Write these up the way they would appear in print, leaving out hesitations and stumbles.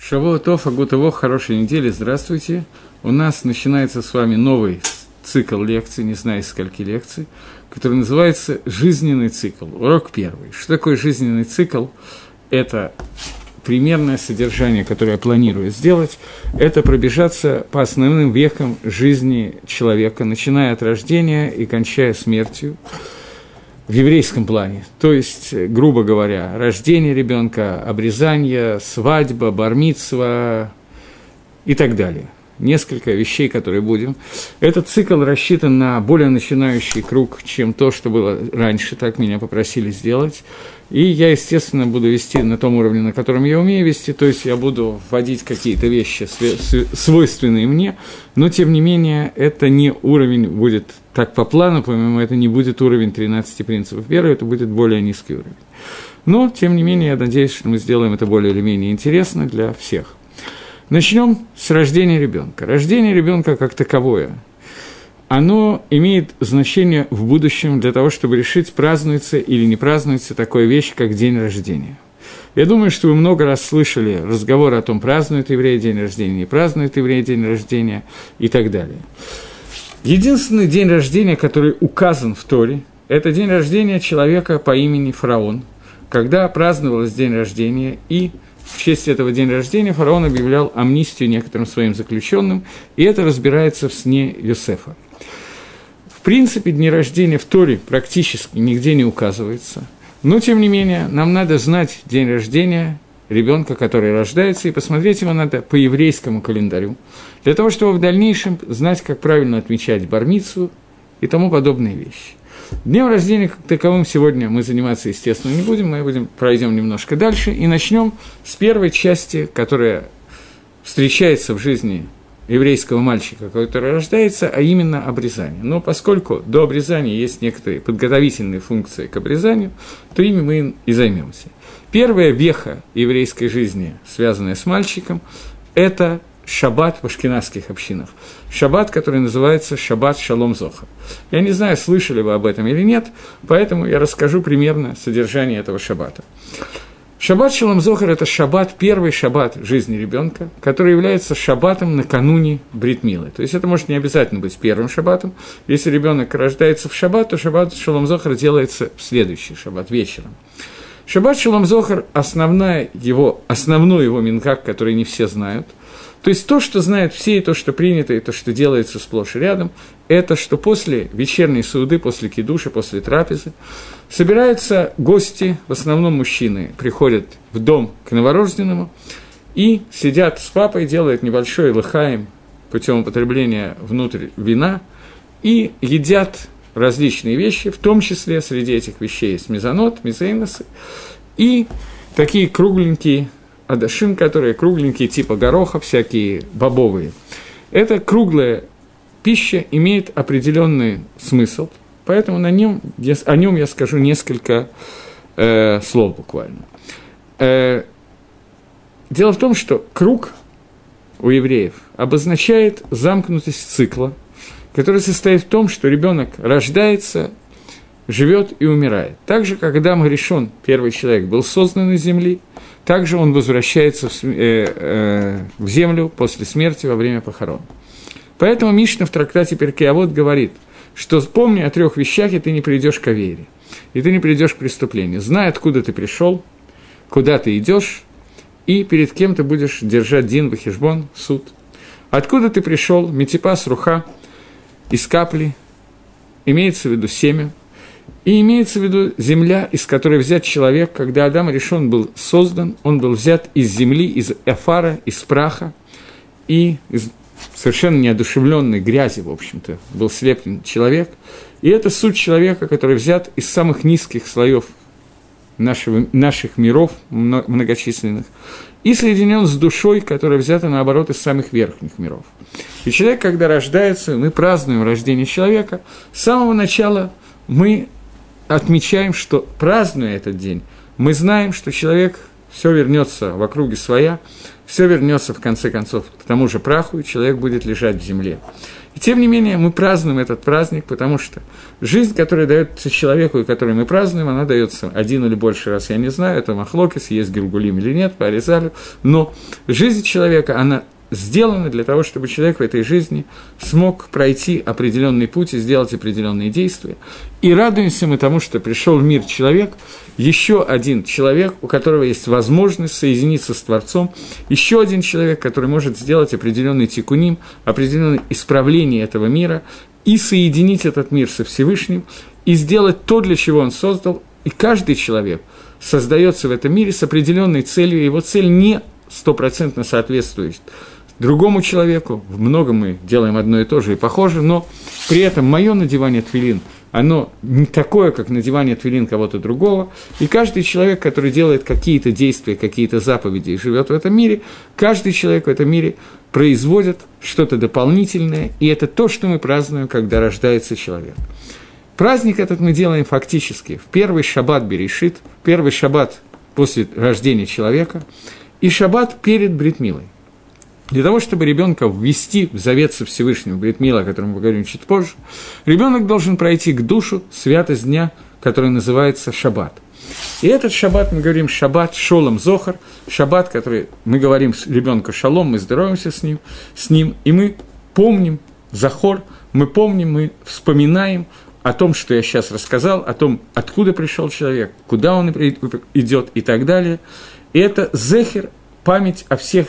Шавуа Тов, Агутово, хорошей недели, здравствуйте. У нас начинается с вами новый цикл лекций, не знаю, из скольки лекций, который называется «Жизненный цикл». Урок первый. Что такое жизненный цикл? Это примерное содержание, которое я планирую сделать, это пробежаться по основным вехам жизни человека, начиная от рождения и кончая смертью, в еврейском плане, то есть, грубо говоря, рождение ребенка, обрезание, свадьба, бар-мицва и так далее. Несколько вещей, которые будем. Этот цикл рассчитан на более начинающий круг, чем то, что было раньше, так меня попросили сделать. И я, естественно, буду вести на том уровне, на котором я умею вести, то есть я буду вводить какие-то вещи, свойственные мне, но, тем не менее, это не уровень будет так по плану, по-моему, это не будет уровень 13 принципов веры, это будет более низкий уровень. Но, тем не менее, я надеюсь, что мы сделаем это более или менее интересно для всех. Начнем с рождения ребенка. Рождение ребенка как таковое, оно имеет значение в будущем для того, чтобы решить, празднуется или не празднуется такая вещь, как день рождения. Я думаю, что вы много раз слышали разговоры о том, празднует еврей день рождения, не празднует еврей день рождения и так далее. Единственный день рождения, который указан в Торе, это день рождения человека по имени Фараон, когда праздновалось день рождения, и в честь этого дня рождения фараон объявлял амнистию некоторым своим заключенным, и это разбирается в сне Йосефа. В принципе, дни рождения в Торе практически нигде не указывается, но, тем не менее, нам надо знать день рождения ребенка, который рождается, и посмотреть его надо по еврейскому календарю, для того, чтобы в дальнейшем знать, как правильно отмечать бар-мицву и тому подобные вещи. Днем рождения как таковым сегодня мы заниматься, естественно, не будем, мы пройдем немножко дальше и начнем с первой части, которая встречается в жизни еврейского мальчика, который рождается, а именно обрезание. Но поскольку до обрезания есть некоторые подготовительные функции к обрезанию, то ими мы и займемся. Первая веха еврейской жизни, связанная с мальчиком, это шаббат в ашкеназских общинах. Шаббат, который называется шаббат Шалом Зохар. Я не знаю, слышали вы об этом или нет, поэтому я расскажу примерно содержание этого шаббата. Шаббат Шалом Зохар – это шаббат, первый шаббат жизни ребенка, который является шаббатом накануне брит милы. То есть это может не обязательно быть первым шаббатом. Если ребенок рождается в шаббат, то шаббат Шалом Зохар делается в следующий шаббат вечером. Шаббат Шалом Зохар – основной его минхаг, который не все знают. То есть то, что знают все, и то, что принято, и то, что делается сплошь и рядом, это что после вечерней сауды, после кидуша, после трапезы, собираются гости, в основном мужчины, приходят в дом к новорожденному и сидят с папой, делают небольшой лыхаим путем употребления внутрь вина и едят различные вещи, в том числе среди этих вещей есть мезонот, мезейносы и такие кругленькие адашим, которые кругленькие, типа гороха, всякие бобовые. Эта круглая пища имеет определенный смысл, поэтому о нем я скажу несколько слов буквально. Дело в том, что круг у евреев обозначает замкнутость цикла, который состоит в том, что ребенок рождается, живет и умирает. Так же, как Адам Ришон, первый человек, был создан из земли, также он возвращается в землю после смерти во время похорон. Поэтому Мишна в трактате Перкей Авот говорит, что помни о 3 вещах, и ты не придешь к авере, и ты не придешь к преступлению. Знай, откуда ты пришел, куда ты идешь, и перед кем ты будешь держать дин вахешбон, суд. Откуда ты пришел, метипас, руха, из капли, имеется в виду семя, и имеется в виду земля, из которой взят человек. Когда Адам Ришон был создан, он был взят из земли, из эфара, из праха, и из совершенно неодушевленной грязи, в общем-то, был слеплен человек. И это суть человека, который взят из самых низких слоев наших миров многочисленных, и соединен с душой, которая взята, наоборот, из самых верхних миров. И человек, когда рождается, мы празднуем рождение человека, с самого начала мы отмечаем, что, празднуя этот день, мы знаем, что человек все вернется в округе своя, все вернется, в конце концов, к тому же праху, и человек будет лежать в земле. И тем не менее, мы празднуем этот праздник, потому что жизнь, которая дается человеку, и которую мы празднуем, она дается один или больше раз, я не знаю, это махлокис, есть Гилгулим или нет, по Аризалю, но жизнь человека, она сделано для того, чтобы человек в этой жизни смог пройти определенный путь и сделать определенные действия. И радуемся мы тому, что пришел в мир человек, еще один человек, у которого есть возможность соединиться с Творцом, еще один человек, который может сделать определенный тикуним, определенное исправление этого мира и соединить этот мир со Всевышним, и сделать то, для чего он создал. И каждый человек создается в этом мире с определенной целью, и его цель не стопроцентно соответствует другому человеку, в многом мы делаем одно и то же и похоже, но при этом мое надевание тфилин, оно не такое, как надевание тфилин кого-то другого, и каждый человек, который делает какие-то действия, какие-то заповеди и живет в этом мире, каждый человек в этом мире производит что-то дополнительное, и это то, что мы празднуем, когда рождается человек. Праздник этот мы делаем фактически в первый шаббат Берешит, первый шаббат после рождения человека, и шаббат перед Брит Милой. Для того, чтобы ребенка ввести в завет со Всевышним, Брит Мила, о котором мы поговорим чуть позже, ребенок должен пройти к душу святость дня, который называется шаббат. И этот шаббат, мы говорим шаббат шолом зохар, шаббат, который мы говорим ребенку шалом, мы здороваемся с ним, и мы помним захор, мы помним, мы вспоминаем о том, что я сейчас рассказал, о том, откуда пришел человек, куда он идет и так далее. И это зехер, память о всех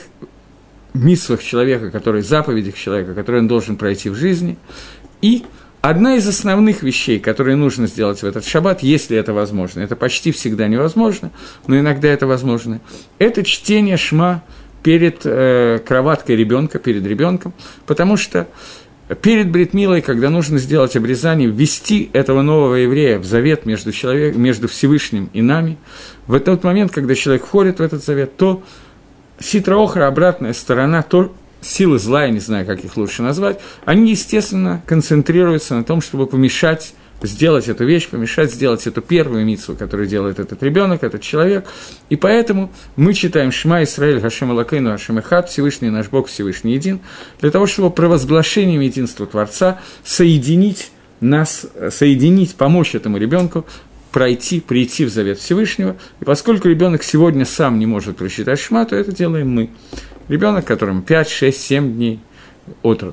мицвах человека, заповедях человека, которые он должен пройти в жизни. И одна из основных вещей, которые нужно сделать в этот шаббат, если это возможно, это почти всегда невозможно, но иногда это возможно, это чтение шма перед кроваткой ребенка, перед ребенком, потому что перед Брит Милой, когда нужно сделать обрезание, ввести этого нового еврея в завет между Всевышним и нами, в тот момент, когда человек входит в этот завет, то ситра охра, обратная сторона, то силы зла, я не знаю, как их лучше назвать, они, естественно, концентрируются на том, чтобы помешать сделать эту вещь, помешать сделать эту первую мицву, которую делает этот ребенок, этот человек. И поэтому мы читаем «Шма Исраэль, Хашем Элокейну, Хашем Эхад», Всевышний наш Бог, Всевышний един, для того, чтобы провозглашением единства Творца соединить нас, помочь этому ребенку прийти в завет Всевышнего. И поскольку ребенок сегодня сам не может прочитать Шма, то это делаем мы. Ребенок, которому 5, 6, 7 дней от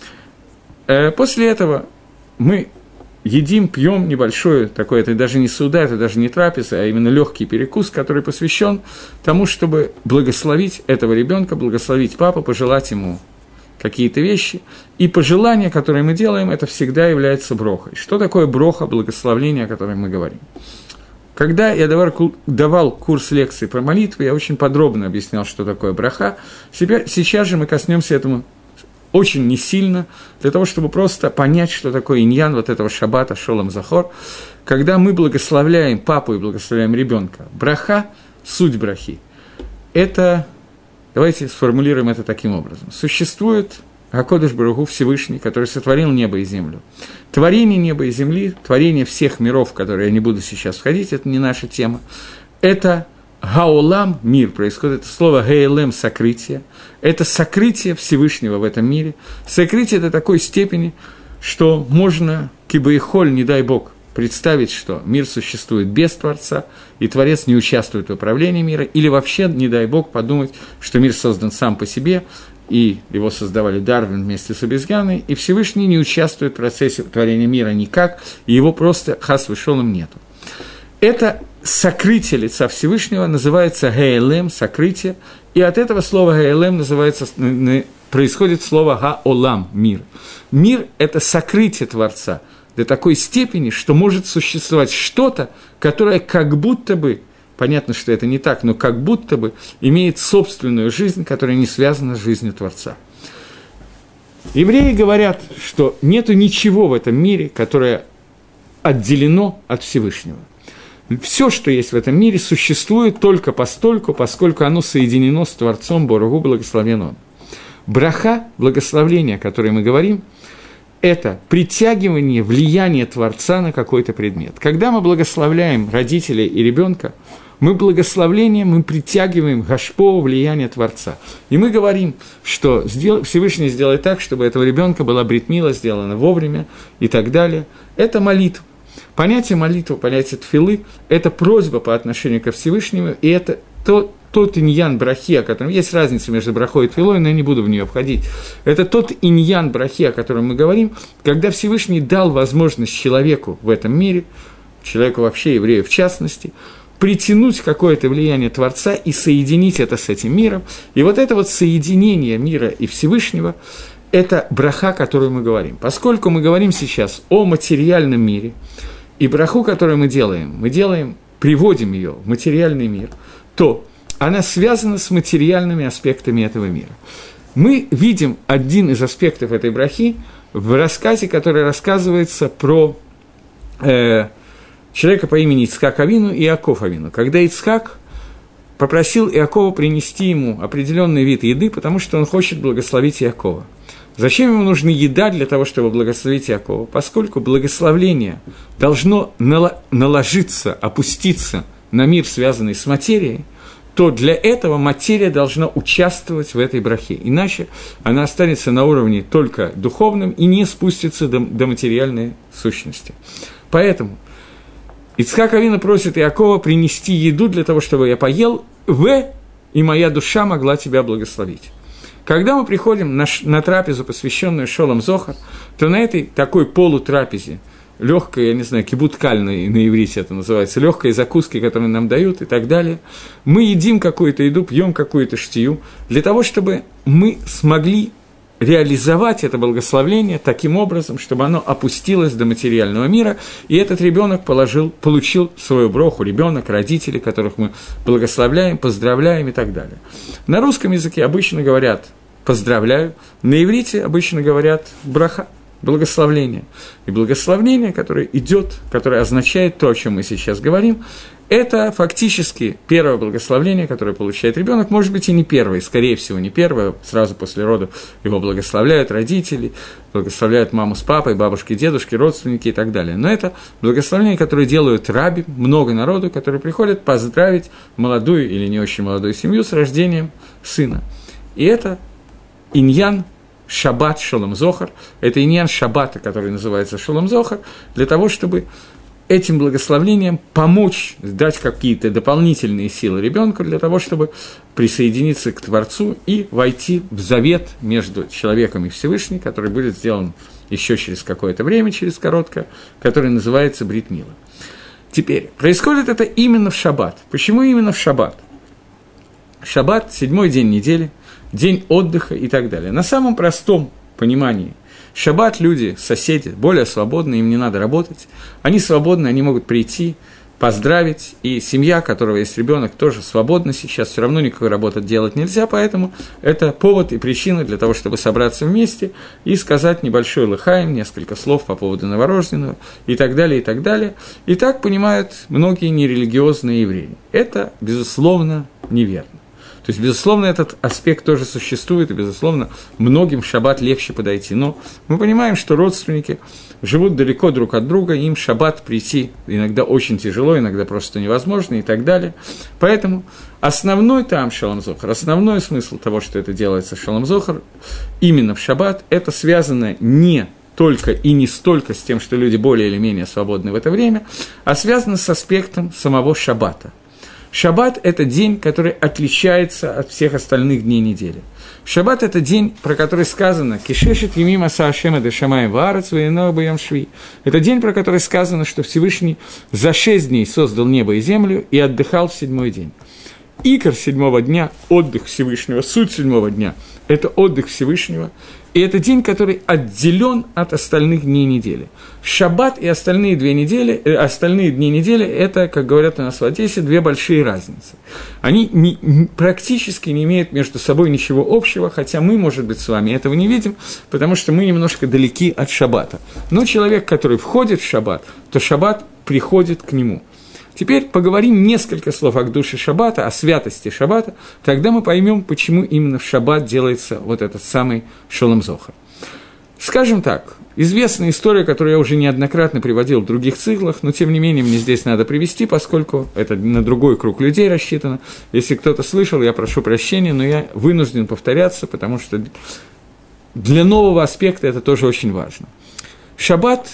роду. После этого мы едим, пьем небольшое такое, это даже не суда, это даже не трапеза, а именно легкий перекус, который посвящен тому, чтобы благословить этого ребенка, благословить папу, пожелать ему какие-то вещи. И пожелания, которые мы делаем, это всегда является брохой. Что такое броха, благословление, о котором мы говорим? Когда я давал курс лекций про молитвы, я очень подробно объяснял, что такое браха. Сейчас же мы коснемся этому очень не сильно, для того, чтобы просто понять, что такое иньян вот этого шаббата, шолом захор. Когда мы благословляем папу и благословляем ребенка, браха, суть брахи, это, давайте сформулируем это таким образом. Существует Акодыш Барух Ху Всевышний, который сотворил небо и землю. Творение неба и земли, творение всех миров, в которые я не буду сейчас входить, это не наша тема, это Гаолам, мир, происходит это слово Гейлем, сокрытие. Это сокрытие Всевышнего в этом мире. Сокрытие до такой степени, что можно, кибаихоль, не дай Бог, представить, что мир существует без Творца, и Творец не участвует в управлении мира, или вообще, не дай Бог, подумать, что мир создан сам по себе, и его создавали Дарвин вместе с обезьяной, и Всевышний не участвует в процессе творения мира никак, и его просто хас вышелом нету. Это сокрытие лица Всевышнего называется Гаэлем, сокрытие, и от этого слова Гаэлем происходит слово Гаолам, мир. Мир – это сокрытие Творца до такой степени, что может существовать что-то, которое как будто бы, понятно, что это не так, но как будто бы имеет собственную жизнь, которая не связана с жизнью Творца. Евреи говорят, что нету ничего в этом мире, которое отделено от Всевышнего. Все, что есть в этом мире, существует только постольку, поскольку оно соединено с Творцом, Барух Ху, благословен Он. Браха, благословление, о котором мы говорим, это притягивание, влияние Творца на какой-то предмет. Когда мы благословляем родителей и ребенка, Мы благословлением, мы притягиваем гашпо, влияние Творца. И мы говорим, что Всевышний сделает так, чтобы этого ребенка была брит мила сделана вовремя и так далее. Это молитва. Понятие молитвы, понятие тфилы – это просьба по отношению ко Всевышнему, и это тот иньян брахи, о котором есть разница между брахой и тфилой, но я не буду в нее входить. Это тот иньян брахи, о котором мы говорим, когда Всевышний дал возможность человеку в этом мире, человеку вообще, еврею в частности, притянуть какое-то влияние Творца и соединить это с этим миром. И вот это вот соединение мира и Всевышнего – это браха, о которой мы говорим. Поскольку мы говорим сейчас о материальном мире, и браху, которую мы делаем, приводим ее в материальный мир, то она связана с материальными аспектами этого мира. Мы видим один из аспектов этой брахи в рассказе, который рассказывается про человека по имени Ицхак Авину и Иаков Авину. Когда Ицхак попросил Иакова принести ему определенный вид еды, потому что он хочет благословить Иакова. Зачем ему нужна еда для того, чтобы благословить Иакова? Поскольку благословление должно наложиться, опуститься на мир, связанный с материей, то для этого материя должна участвовать в этой брахе. Иначе она останется на уровне только духовном и не спустится до материальной сущности. Поэтому Ицхак Авину просит Иакова принести еду для того, чтобы я поел, и моя душа могла тебя благословить. Когда мы приходим на трапезу, посвященную Шолом Зохар, то на этой такой полутрапезе, легкой, я не знаю, кибут-каль на иврите это называется, легкой закуски, которые нам дают и так далее, мы едим какую-то еду, пьем какую-то штию, для того, чтобы мы смогли реализовать это благословление таким образом, чтобы оно опустилось до материального мира, и этот ребенок получил свою броху, ребенок, родители, которых мы благословляем, поздравляем и так далее. На русском языке обычно говорят «поздравляю», на иврите обычно говорят «браха», благословление. И благословение, которое идет, которое означает то, о чем мы сейчас говорим, это фактически первое благословение, которое получает ребенок, может быть, и не первое, скорее всего, не первое, сразу после родов его благословляют родители, благословляют маму с папой, бабушки, дедушки, родственники и так далее. Но это благословение, которое делают раби, много народу, которые приходят поздравить молодую или не очень молодую семью с рождением сына. И это иньян Шаббат Шолом Зохар, это иньян Шаббата, который называется Шолом Зохар, для того, чтобы этим благословением помочь, дать какие-то дополнительные силы ребенку для того, чтобы присоединиться к Творцу и войти в завет между человеком и Всевышним, который будет сделан еще через какое-то время, через короткое, который называется брит мила. Теперь, происходит это именно в шаббат. Почему именно в шаббат? Шаббат – 7-й день недели, день отдыха и так далее. На самом простом понимании шаббат люди, соседи, более свободны, им не надо работать, они свободны, они могут прийти, поздравить, и семья, у которой есть ребенок, тоже свободна сейчас, все равно никакой работы делать нельзя, поэтому это повод и причина для того, чтобы собраться вместе и сказать небольшой лыхаим, несколько слов по поводу новорожденного и так далее, и так далее. И так понимают многие нерелигиозные евреи. Это, безусловно, неверно. То есть, безусловно, этот аспект тоже существует, и, безусловно, многим в шаббат легче подойти. Но мы понимаем, что родственники живут далеко друг от друга, им в шаббат прийти иногда очень тяжело, иногда просто невозможно и так далее. Поэтому основной там Шолом Зохар, основной смысл того, что это делается Шолом Зохар, именно в шаббат, это связано не только и не столько с тем, что люди более или менее свободны в это время, а связано с аспектом самого шаббата. Шаббат – это день, который отличается от всех остальных дней недели. Шаббат – это день, про который сказано «Кишешет емим аса Ашем эд шамаим ваарец ваенор б'ям шви». Это день, про который сказано, что Всевышний за 6 дней создал небо и землю и отдыхал в 7-й день. Икор 7-го дня – отдых Всевышнего, суть 7-го дня – это отдых Всевышнего, и это день, который отделен от остальных дней недели. Шаббат и остальные дни недели – это, как говорят у нас в Одессе, две большие разницы. Они практически не имеют между собой ничего общего, хотя мы, может быть, с вами этого не видим, потому что мы немножко далеки от шаббата. Но человек, который входит в шаббат, то шаббат приходит к нему. Теперь поговорим несколько слов о душе шаббата, о святости шаббата, тогда мы поймем, почему именно в шаббат делается вот этот самый Шолом Зохар. Скажем так, известная история, которую я уже неоднократно приводил в других циклах, но тем не менее мне здесь надо привести, поскольку это на другой круг людей рассчитано. Если кто-то слышал, я прошу прощения, но я вынужден повторяться, потому что для нового аспекта это тоже очень важно. Шаббат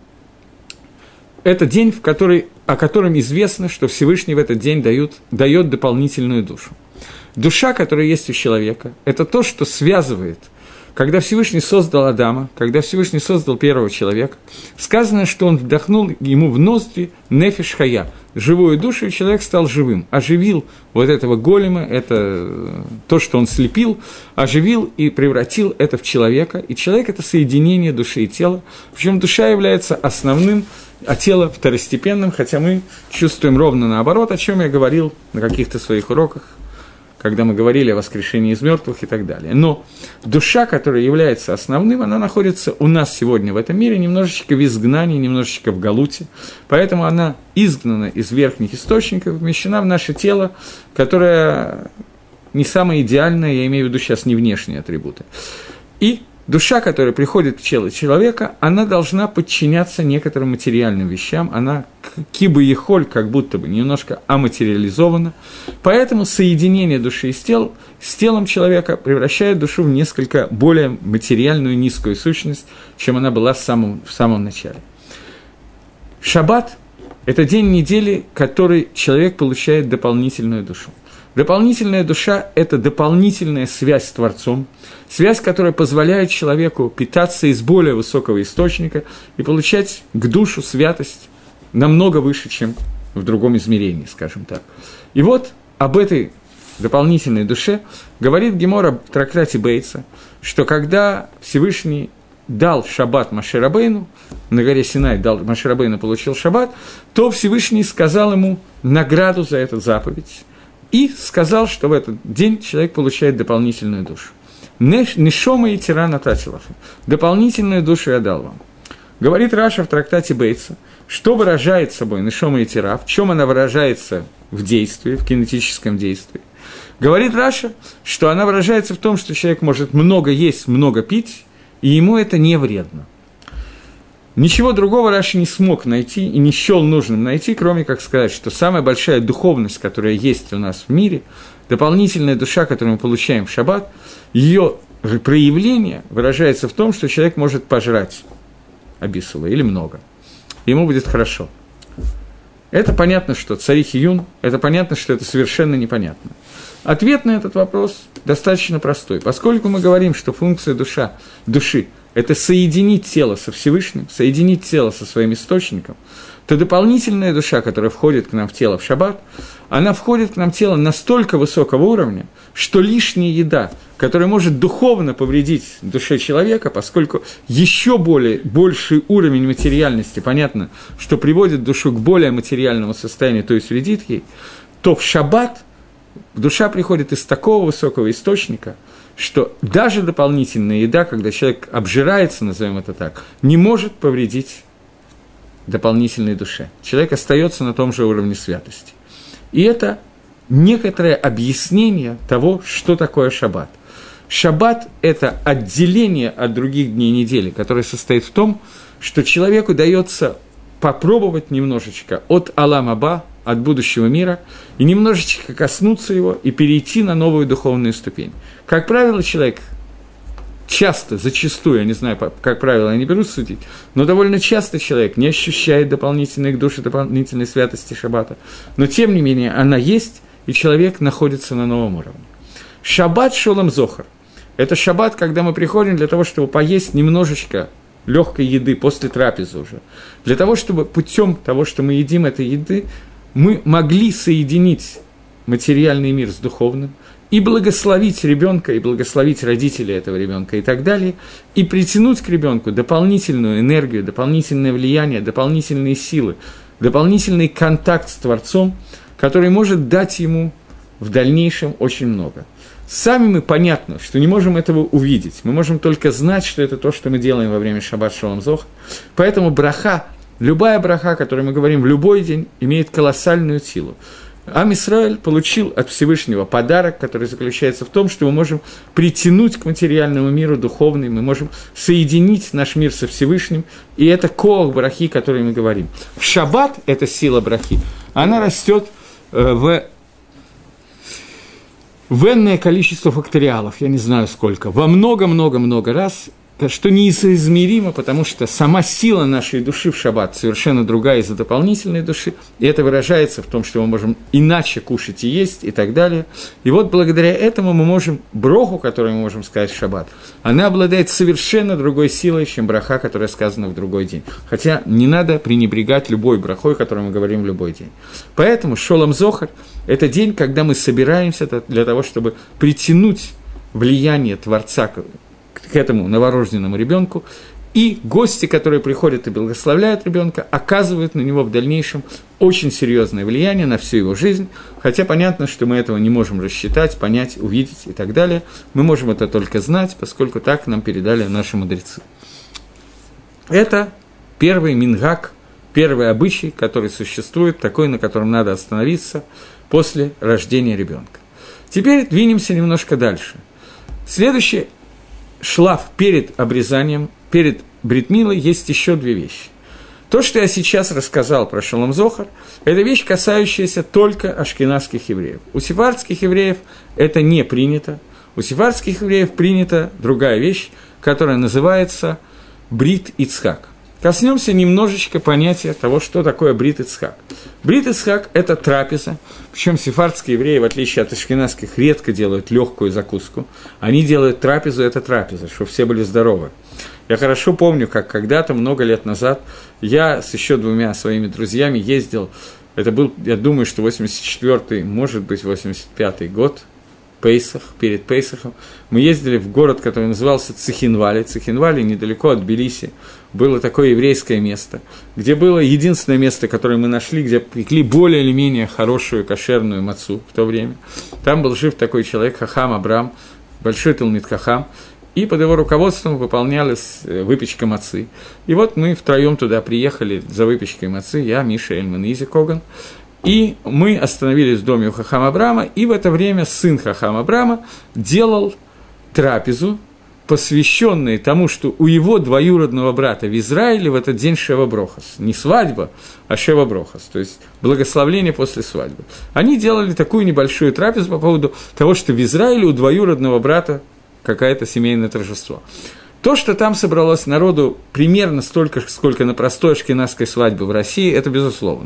– это день, о котором известно, что Всевышний в этот день дает дополнительную душу. Душа, которая есть у человека, это то, что связывает. Когда Всевышний создал Адама, когда Всевышний создал первого человека, сказано, что он вдохнул ему в ноздри нефеш хая, живую душу, и человек стал живым, оживил вот этого голема, это то, что он слепил, оживил и превратил это в человека, и человек – это соединение души и тела, причем душа является основным, а тело второстепенным, хотя мы чувствуем ровно наоборот, о чем я говорил на каких-то своих уроках, когда мы говорили о воскрешении из мертвых и так далее. Но душа, которая является основным, она находится у нас сегодня в этом мире немножечко в изгнании, немножечко в галуте, поэтому она изгнана из верхних источников, вмещена в наше тело, которое не самое идеальное, я имею в виду сейчас не внешние атрибуты. И душа, которая приходит в тело человека, она должна подчиняться некоторым материальным вещам, она кибы и холь, как будто бы немножко аматериализована, поэтому соединение души с телом человека превращает душу в несколько более материальную, низкую сущность, чем она была в самом начале. Шаббат – это день недели, который человек получает дополнительную душу. Дополнительная душа – это дополнительная связь с Творцом, связь, которая позволяет человеку питаться из более высокого источника и получать к душу святость намного выше, чем в другом измерении, скажем так. И вот об этой дополнительной душе говорит Гемора в трактате Бейца, что когда Всевышний дал шаббат Моше Рабейну, на горе Синай Моше Рабейну получил шаббат, то Всевышний сказал ему награду за эту заповедь, и сказал, что в этот день человек получает дополнительную душу. «Нешома и тирана татилаху» – дополнительную душу я дал вам. Говорит Раша в трактате Бейца, что выражает собой нешома и тира, в чем она выражается в действии, в кинетическом действии. Говорит Раша, что она выражается в том, что человек может много есть, много пить, и ему это не вредно. Ничего другого Раши не смог найти и не счел нужным найти, кроме как сказать, что самая большая духовность, которая есть у нас в мире, дополнительная душа, которую мы получаем в шаббат, ее проявление выражается в том, что человек может пожрать абисула или много. Ему будет хорошо. Это понятно, что цари Хиюн, это понятно, что это совершенно непонятно. Ответ на этот вопрос достаточно простой. Поскольку мы говорим, что функция души – это соединить тело со Всевышним, соединить тело со своим источником, то дополнительная душа, которая входит к нам в тело в шаббат, она входит к нам в тело настолько высокого уровня, что лишняя еда, которая может духовно повредить душе человека, поскольку еще больший уровень материальности, понятно, что приводит душу к более материальному состоянию, то есть вредит ей, то в шаббат душа приходит из такого высокого источника, что даже дополнительная еда, когда человек обжирается, назовем это так, не может повредить дополнительной душе. Человек остается на том же уровне святости. И это некоторое объяснение того, что такое шаббат. Шаббат – это отделение от других дней недели, которое состоит в том, что человеку дается попробовать немножечко от Алам Аба, от будущего мира, и немножечко коснуться его и перейти на новую духовную ступень. Как правило, человек зачастую, я не знаю, как правило, я не берусь судить, но довольно часто человек не ощущает дополнительной к душе, дополнительной святости шаббата, но тем не менее она есть, и человек находится на новом уровне. Шаббат шолом зохар – это шаббат, когда мы приходим для того, чтобы поесть немножечко легкой еды после трапезы уже, для того, чтобы путем того, что мы едим этой еды, мы могли соединить материальный мир с духовным и благословить ребенка, и благословить родителей этого ребенка и так далее, и притянуть к ребенку дополнительную энергию, дополнительное влияние, дополнительные силы, дополнительный контакт с Творцом, который может дать ему в дальнейшем очень много. Сами мы, понятно, что не можем этого увидеть, мы можем только знать, что это то, что мы делаем во время шаббат шолом зохар, поэтому браха, любая браха, о которой мы говорим в любой день, имеет колоссальную силу. Ам Исраэль получил от Всевышнего подарок, который заключается в том, что мы можем притянуть к материальному миру духовный, мы можем соединить наш мир со Всевышним, и это коах брахи, о которой мы говорим. В шаббат эта сила брахи, она растет в энное количество факториалов, я не знаю сколько, во много-много-много раз, что неизмеримо, потому что сама сила нашей души в шаббат совершенно другая из-за дополнительной души, и это выражается в том, что мы можем иначе кушать и есть и так далее. И вот благодаря этому мы можем, броху, которую мы можем сказать в шаббат, она обладает совершенно другой силой, чем браха, которая сказана в другой день. Хотя не надо пренебрегать любой брахой, о которой мы говорим в любой день. Поэтому Шолом Зохар – это день, когда мы собираемся для того, чтобы притянуть влияние Творца к этому новорожденному ребенку, и гости, которые приходят и благословляют ребенка, оказывают на него в дальнейшем очень серьезное влияние на всю его жизнь, хотя понятно, что мы этого не можем рассчитать, понять, увидеть и так далее. Мы можем это только знать, поскольку так нам передали наши мудрецы. Это первый мингак, первый обычай, который существует, такой, на котором надо остановиться после рождения ребенка. Теперь двинемся немножко дальше. Следующий шлаф перед обрезанием, перед брит милой, есть еще две вещи. То, что я сейчас рассказал про Шолом Зохар, это вещь, касающаяся только ашкеназских евреев. У сефардских евреев это не принято. У сефардских евреев принята другая вещь, которая называется брит Ицхак. Коснемся немножечко понятия того, что такое брит Ицхак. Брит Ицхак – это трапеза, причем сефардские евреи, в отличие от ашкеназских, редко делают легкую закуску. Они делают трапезу – это трапеза, чтобы все были здоровы. Я хорошо помню, как когда-то, много лет назад, я с еще двумя своими друзьями ездил, это был, я думаю, что 84-й, может быть, 85-й год, Пейсах, перед Пейсахом, мы ездили в город, который назывался Цхинвали. Цхинвали, недалеко от Тбилиси, было такое еврейское место, где было единственное место, которое мы нашли, где пекли более или менее хорошую кошерную мацу в то время. Там был жив такой человек, Хахам Абрам, большой талмид Хахам, и под его руководством выполнялась выпечка мацы. И вот мы втроем туда приехали за выпечкой мацы, я, Миша Эльман и Изи Коган. И мы остановились в доме у Хахама Абрама, и в это время сын Хахама Абрама делал трапезу, посвященную тому, что у его двоюродного брата в Израиле в этот день Шева Брохас. Не свадьба, а Шева Брохас, то есть благословление после свадьбы. Они делали такую небольшую трапезу по поводу того, что в Израиле у двоюродного брата какое-то семейное торжество. То, что там собралось народу примерно столько, сколько на простой ашкеназской свадьбе в России, это безусловно.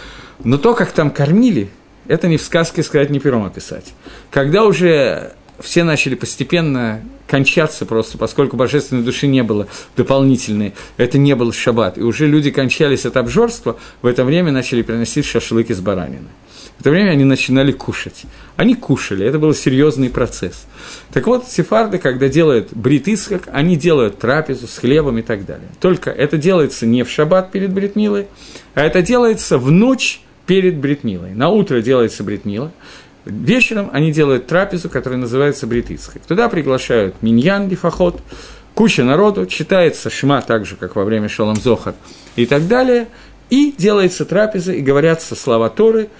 Но то, как там кормили, это не в сказке сказать, не пером описать. Когда уже все начали постепенно кончаться просто, поскольку божественной души не было дополнительной, это не был шаббат, и уже люди кончались от обжорства, в это время начали приносить шашлык из баранины. В это время они начинали кушать. Они кушали, это был серьезный процесс. Так вот, сефарды, когда делают брит Ицхак, они делают трапезу с хлебом и так далее. Только это делается не в шаббат перед брит милой, а это делается в ночь перед брит милой. На утро делается брит мила, вечером они делают трапезу, которая называется брит Ицхак. Туда приглашают миньян, лифахот, куча народу, читается шма так же, как во время Шолом Зохар и так далее, и делается трапеза, и говорятся слова Торы,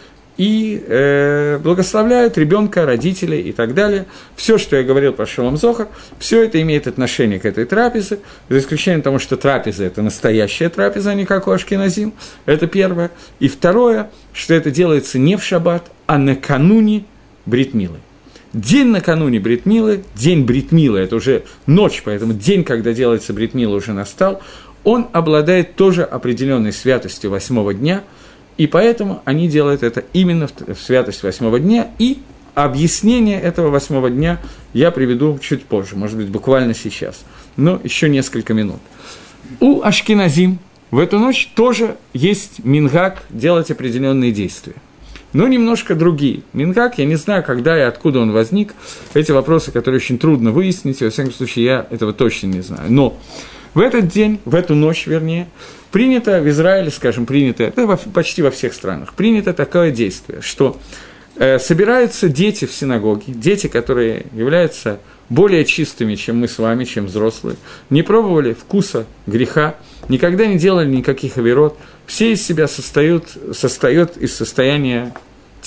и благословляют ребенка, родителей и так далее. Все, что я говорил про Шолом Зохар, все это имеет отношение к этой трапезе, за исключением того, что трапеза – это настоящая трапеза, а не как у ашкеназим, это первое. И второе, что это делается не в шаббат, а накануне брит милы. День накануне брит милы, день брит милы – это уже ночь, поэтому день, когда делается брит мила, уже настал, он обладает тоже определенной святостью 8-го дня, и поэтому они делают это именно в святость 8-го дня, и объяснение этого 8-го дня я приведу чуть позже, может быть, буквально сейчас, но еще несколько минут. У ашкеназим в эту ночь тоже есть мингак делать определенные действия, но немножко другие. Мингак, я не знаю, когда и откуда он возник, эти вопросы, которые очень трудно выяснить, и, во всяком случае, я этого точно не знаю, но в этот день, в эту ночь, вернее, принято в Израиле, скажем, принято, это почти во всех странах, принято такое действие, что собираются дети в синагоге, дети, которые являются более чистыми, чем мы с вами, чем взрослые, не пробовали вкуса греха, никогда не делали никаких авирот, все из себя состоят из состояния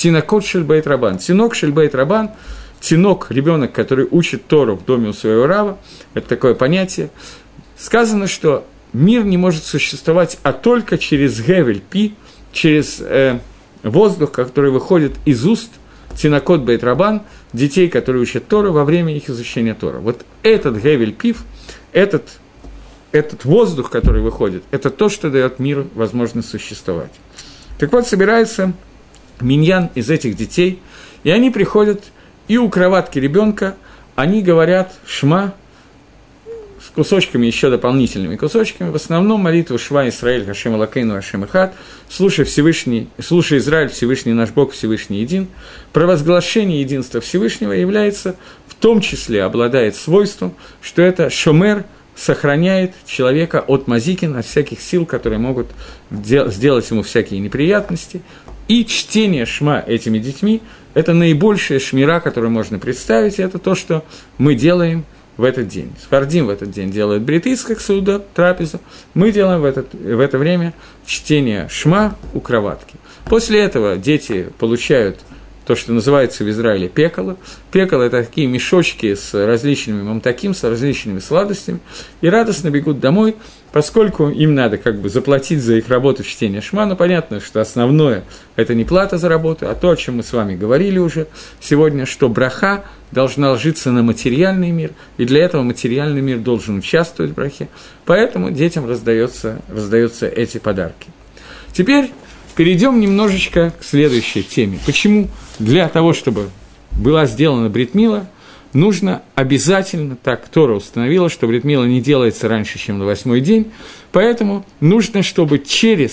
тинокот шель бейт рабан. Тинок шель бейт рабан, тинок, ребенок, который учит Тору в доме у своего рава, это такое понятие. Сказано, что мир не может существовать, а только через гевель пи, через воздух, который выходит из уст тинокот бейт рабан, детей, которые учат Тору во время их изучения Тора. Вот этот гевель пив, этот воздух, который выходит, это то, что дает миру возможность существовать. Так вот, собирается миньян из этих детей, и они приходят, и у кроватки ребенка они говорят шма с кусочками, еще дополнительными кусочками, в основном молитву Шва Исраэль, Хашем Элокейну, Хашем Эхад, слушай Израиль, Всевышний наш Бог, Всевышний един, провозглашение единства Всевышнего является, в том числе обладает свойством, что это шомер, сохраняет человека от мазикин, от всяких сил, которые могут сделать ему всякие неприятности. И чтение шма этими детьми – это наибольшая шмира, которую можно представить, и это то, что мы делаем в этот день. Сфардим в этот день делают брит-ис, как сауда, трапезу. Мы делаем в это время чтение шма у кроватки. После этого дети получают то, что называется в Израиле пекало. Пекало – это такие мешочки с различными мамтаким, с различными сладостями, и радостно бегут домой, поскольку им надо как бы заплатить за их работу чтения шма. Но понятно, что основное – это не плата за работу, а то, о чем мы с вами говорили уже сегодня, что браха должна ложиться на материальный мир, и для этого материальный мир должен участвовать в брахе, поэтому детям раздаются эти подарки. Теперь перейдем немножечко к следующей теме. Почему для того, чтобы была сделана брит мила, нужно обязательно, так Тора установила, что брит мила не делается раньше, чем на 8-й день, поэтому нужно, чтобы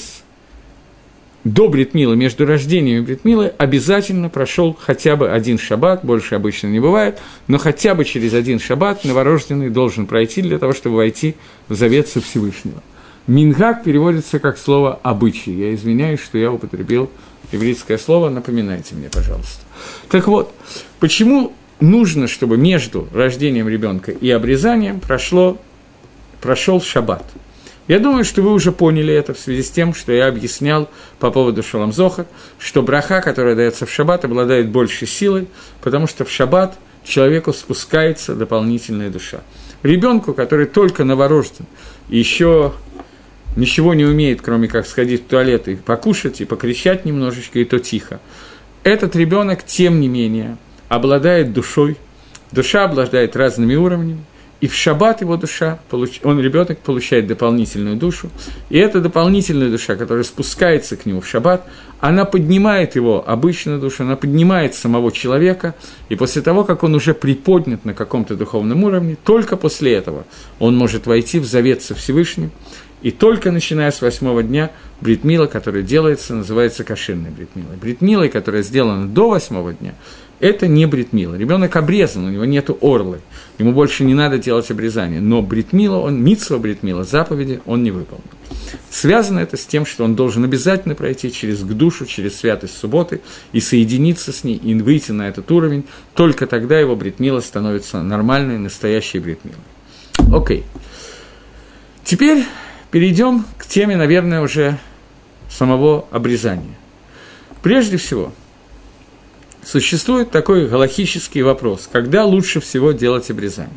до брит милы, между рождением и брит милой, обязательно прошел хотя бы один шаббат, больше обычно не бывает, но хотя бы через один шаббат новорожденный должен пройти для того, чтобы войти в завет со Всевышнего. Мингак переводится как слово «обычай». Я извиняюсь, что я употребил еврейское слово, напоминайте мне, пожалуйста. Так вот, почему нужно, чтобы между рождением ребенка и обрезанием прошел шаббат? Я думаю, что вы уже поняли это в связи с тем, что я объяснял по поводу Шолом Зохар, что браха, которая дается в шаббат, обладает большей силой, потому что в шаббат человеку спускается дополнительная душа. Ребенку, который только новорожден, еще ничего не умеет, кроме как сходить в туалет и покушать, и покричать немножечко, и то тихо. Этот ребенок, тем не менее, обладает душой, душа обладает разными уровнями, и в шаббат его душа, ребенок получает дополнительную душу, и эта дополнительная душа, которая спускается к нему в шаббат, она поднимает его обычную душу, она поднимает самого человека, и после того, как он уже приподнят на каком-то духовном уровне, только после этого он может войти в завет со Всевышним, и только начиная с 8-го дня брит мила, которая делается, называется кошерной брит милой. Брит милой, которая сделана до 8-го дня, это не брит мила. Ребенок обрезан, у него нету орлы, ему больше не надо делать обрезание. Но брит мила, мицва брит мила, заповеди он не выполнил. Связано это с тем, что он должен обязательно пройти через душу, через святость субботы и соединиться с ней, и выйти на этот уровень. Только тогда его брит мила становится нормальной, настоящей брит милой. Окей. Теперь перейдем к теме, наверное, уже самого обрезания. Прежде всего, существует такой галахический вопрос, когда лучше всего делать обрезание.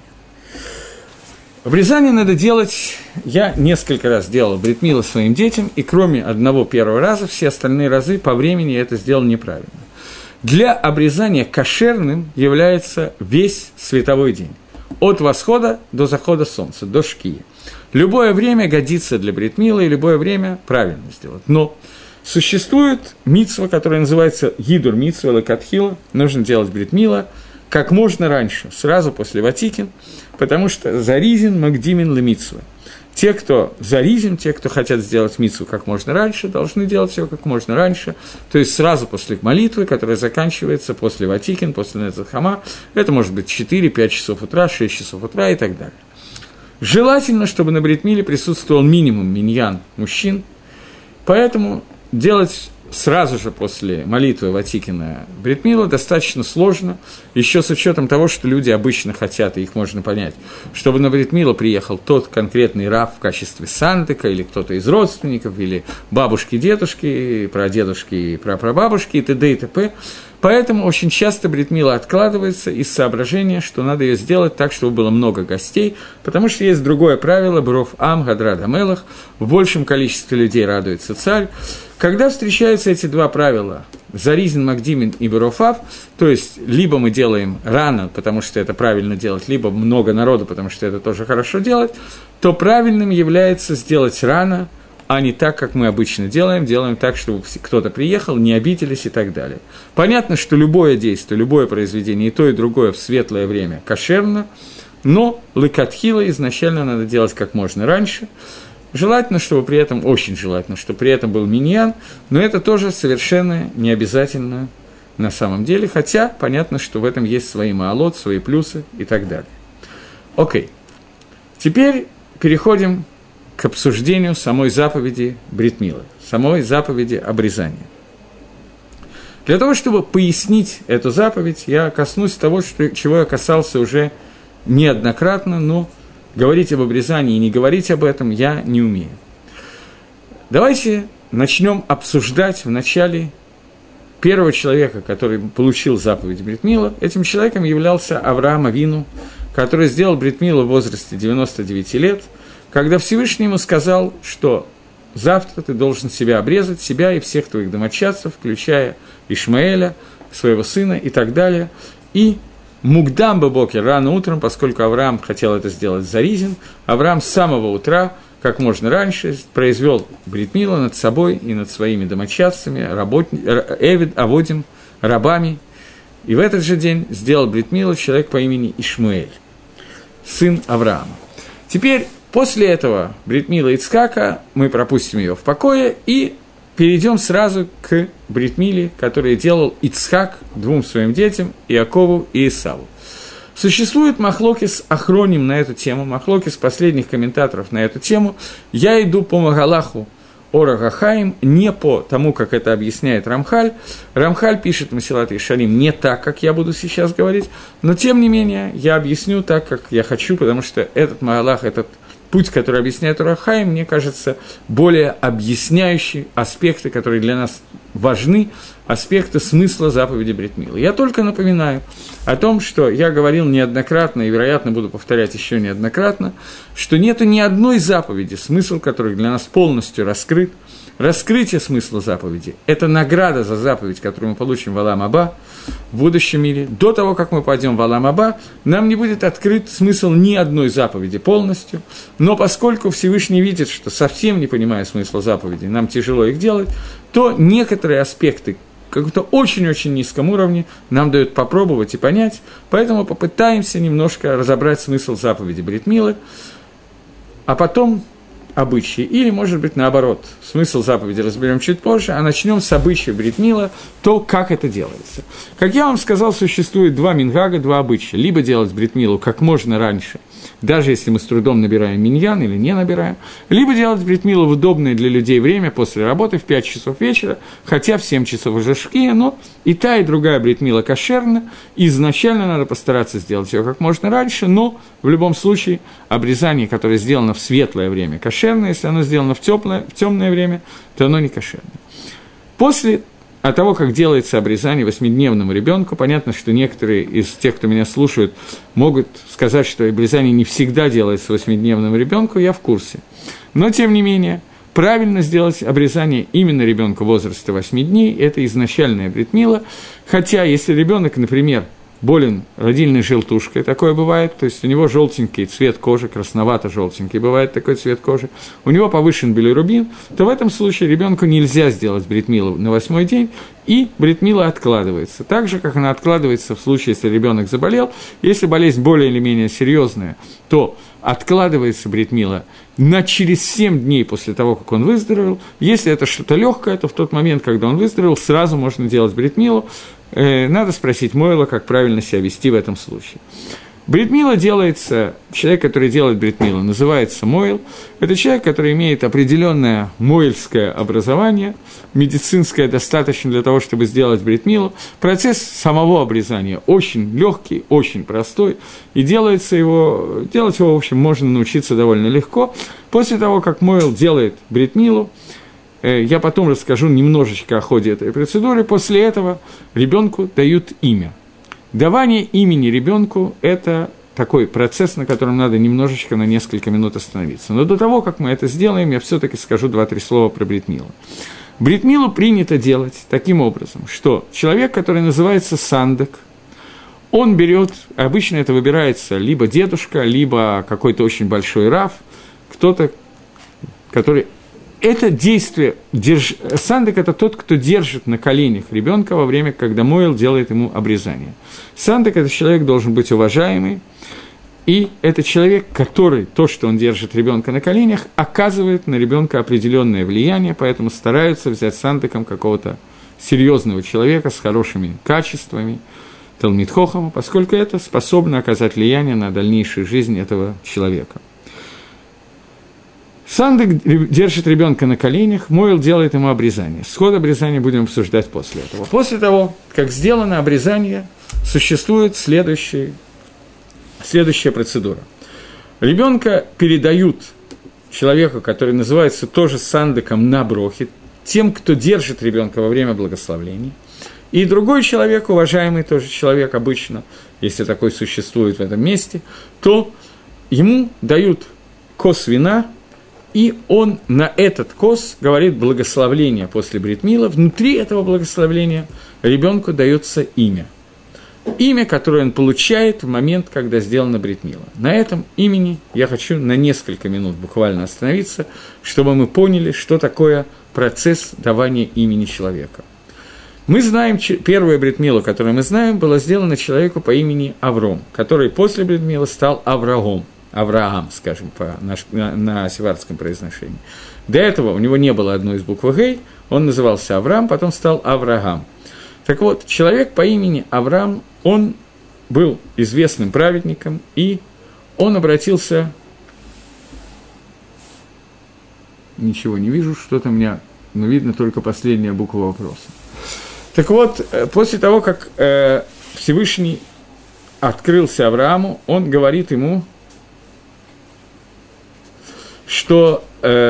Обрезание надо делать, я несколько раз делал брит милу своим детям, и кроме одного первого раза, все остальные разы по времени я это сделал неправильно. Для обрезания кошерным является весь световой день, от восхода до захода солнца, до шкии. Любое время годится для брит милы, и любое время правильно сделать. Но существует мицва, которая называется гидур мицва, лекатхила, нужно делать брит мила как можно раньше, сразу после ватикин, потому что заризин магдимин лемицва. Те, кто заризин, те, кто хотят сделать мицву как можно раньше, должны делать все как можно раньше, то есть сразу после молитвы, которая заканчивается после ватикин, после нецахама, это может быть 4-5 часов утра, 6 часов утра и так далее. Желательно, чтобы на брит миле присутствовал минимум миньян мужчин, поэтому делать сразу же после молитвы Ватикина брит мила достаточно сложно, еще с учетом того, что люди обычно хотят, и их можно понять, чтобы на брит милу приехал тот конкретный рав в качестве сантыка, или кто-то из родственников, или бабушки, дедушки, прадедушки, прапрабабушки и т.д. и т.п. Поэтому очень часто брит мила откладывается из соображения, что надо ее сделать так, чтобы было много гостей, потому что есть другое правило, бров ам, гадра дамелах, в большем количестве людей радуется царь. Когда встречаются эти два правила, заризин, макдимин и бров ав, то есть либо мы делаем рано, потому что это правильно делать, либо много народу, потому что это тоже хорошо делать, то правильным является сделать рано, а не так, как мы обычно делаем так, чтобы кто-то приехал, не обиделись и так далее. Понятно, что любое действие, любое произведение, и то, и другое в светлое время кошерно, но лекатхила изначально надо делать как можно раньше. Желательно, чтобы при этом, очень желательно, чтобы при этом был миньян, но это тоже совершенно не обязательно на самом деле, хотя понятно, что в этом есть свои маалот, свои плюсы и так далее. Окей. Теперь переходим к обсуждению самой заповеди брит милы, самой заповеди обрезания. Для того, чтобы пояснить эту заповедь, я коснусь того, чего я касался уже неоднократно, но говорить об обрезании и не говорить об этом я не умею. Давайте начнем обсуждать вначале первого человека, который получил заповедь брит мила. Этим человеком являлся Авраам Авину, который сделал брит милу в возрасте 99 лет, когда Всевышний ему сказал, что завтра ты должен себя обрезать, себя и всех твоих домочадцев, включая Ишмаэля, своего сына и так далее. И мукдам бебокер, рано утром, поскольку Авраам хотел это сделать заризин, Авраам с самого утра, как можно раньше, произвел брит милу над собой и над своими домочадцами, эвид, аводим, рабами. И в этот же день сделал брит милу человек по имени Ишмаэль, сын Авраама. Теперь, после этого брит мила Ицхака мы пропустим ее в покое и перейдем сразу к брит миле, который делал Ицхак двум своим детям, Иакову и Исаву. Существует махлокис ахроним на эту тему, махлокис последних комментаторов на эту тему. Я иду по Магалаху Ора Гахаим, не по тому, как это объясняет Рамхаль. Рамхаль пишет Месилат Йешарим не так, как я буду сейчас говорить, но тем не менее я объясню так, как я хочу, потому что этот Магалах, этот путь, который объясняет Ора Гахаим, мне кажется, более объясняющий аспекты, которые для нас важны, аспекты смысла заповеди брит милы. Я только напоминаю о том, что я говорил неоднократно, и, вероятно, буду повторять еще неоднократно, что нету ни одной заповеди, смысл которой для нас полностью раскрыт. Раскрытие смысла заповеди – это награда за заповедь, которую мы получим в Олам Аба, в будущем мире. До того, как мы пойдем в Олам Аба, нам не будет открыт смысл ни одной заповеди полностью, но поскольку Всевышний видит, что совсем не понимая смысла заповедей, нам тяжело их делать, то некоторые аспекты, каком-то очень-очень низком уровне, нам дают попробовать и понять, поэтому попытаемся немножко разобрать смысл заповеди брит милы, а потом обычаи, или, может быть, наоборот, смысл заповеди разберем чуть позже, а начнем с обычая брит мила, то, как это делается. Как я вам сказал, существует два мингага, два обычая. Либо делать брит милу как можно раньше, даже если мы с трудом набираем миньян или не набираем, либо делать брит милу в удобное для людей время после работы в 5 часов вечера, хотя в 7 часов уже шкия, но и та, и другая брит мила кошерна, изначально надо постараться сделать ее как можно раньше, но в любом случае обрезание, которое сделано в светлое время, кошерно, если оно сделано в темное время, то оно не кошерно. После того, как делается обрезание 8-дневному ребенку, понятно, что некоторые из тех, кто меня слушают, могут сказать, что обрезание не всегда делается 8-дневному ребенку, я в курсе. Но, тем не менее, правильно сделать обрезание именно ребенку возраста 8 дней, это изначальная брит мила, хотя если ребенок, например, болен родильной желтушкой, такое бывает, то есть у него желтенький цвет кожи, красновато-желтенький бывает такой цвет кожи, у него повышен билирубин, то в этом случае ребенку нельзя сделать брит милу на 8-й день, и брит мила откладывается. Так же, как она откладывается в случае, если ребенок заболел, если болезнь более или менее серьезная, то откладывается брит мила через 7 дней после того, как он выздоровел. Если это что-то легкое, то в тот момент, когда он выздоровел, сразу можно делать брит милу. Надо спросить Мойла, как правильно себя вести в этом случае. Брит мила делается, человек, который делает брит милу, называется мойл. Это человек, который имеет определенное мойльское образование, медицинское достаточно для того, чтобы сделать брит милу. Процесс самого обрезания очень легкий, очень простой, и делать его, в общем, можно научиться довольно легко. После того, как мойл делает брит милу, я потом расскажу немножечко о ходе этой процедуры. После этого ребенку дают имя. Давание имени ребенку – это такой процесс, на котором надо немножечко на несколько минут остановиться. Но до того, как мы это сделаем, я все-таки скажу 2-3 слова про брит милу. Брит милу принято делать таким образом, что человек, который называется сандек, он берет, обычно это выбирается либо дедушка, либо какой-то очень большой рав, кто-то, который… Это действие, сандек – это тот, кто держит на коленях ребенка во время, когда мойл делает ему обрезание. Сандек – это человек должен быть уважаемый, и это человек, который, то, что он держит ребенка на коленях, оказывает на ребенка определенное влияние, поэтому стараются взять сандеком какого-то серьезного человека с хорошими качествами, талмид хохама, поскольку это способно оказать влияние на дальнейшую жизнь этого человека. Сандек держит ребенка на коленях, мойл делает ему обрезание. Сход обрезания будем обсуждать после этого. После того, как сделано обрезание, существует следующая процедура. Ребенка передают человеку, который называется тоже сандеком на брохи, тем, кто держит ребенка во время благословления. И другой человек, уважаемый тоже человек обычно, если такой существует в этом месте, то ему дают кос вина, и он на этот кос говорит благословление после брит мила. Внутри этого благословления ребенку дается имя. Имя, которое он получает в момент, когда сделано брит мила. На этом имени я хочу на несколько минут буквально остановиться, чтобы мы поняли, что такое процесс давания имени человека. Мы знаем, первая брит мила, которую мы знаем, была сделана человеку по имени Авром, который после брит мила стал Авраам, скажем, на сефардском произношении. До этого у него не было одной из букв «гей», он назывался Авраам, потом стал Авраам. Так вот, человек по имени Авраам, он был известным праведником, и он обратился… Ничего не вижу, что-то у меня, но видно только последняя буква вопроса. Так вот, после того, как Всевышний открылся Аврааму, он говорит ему, что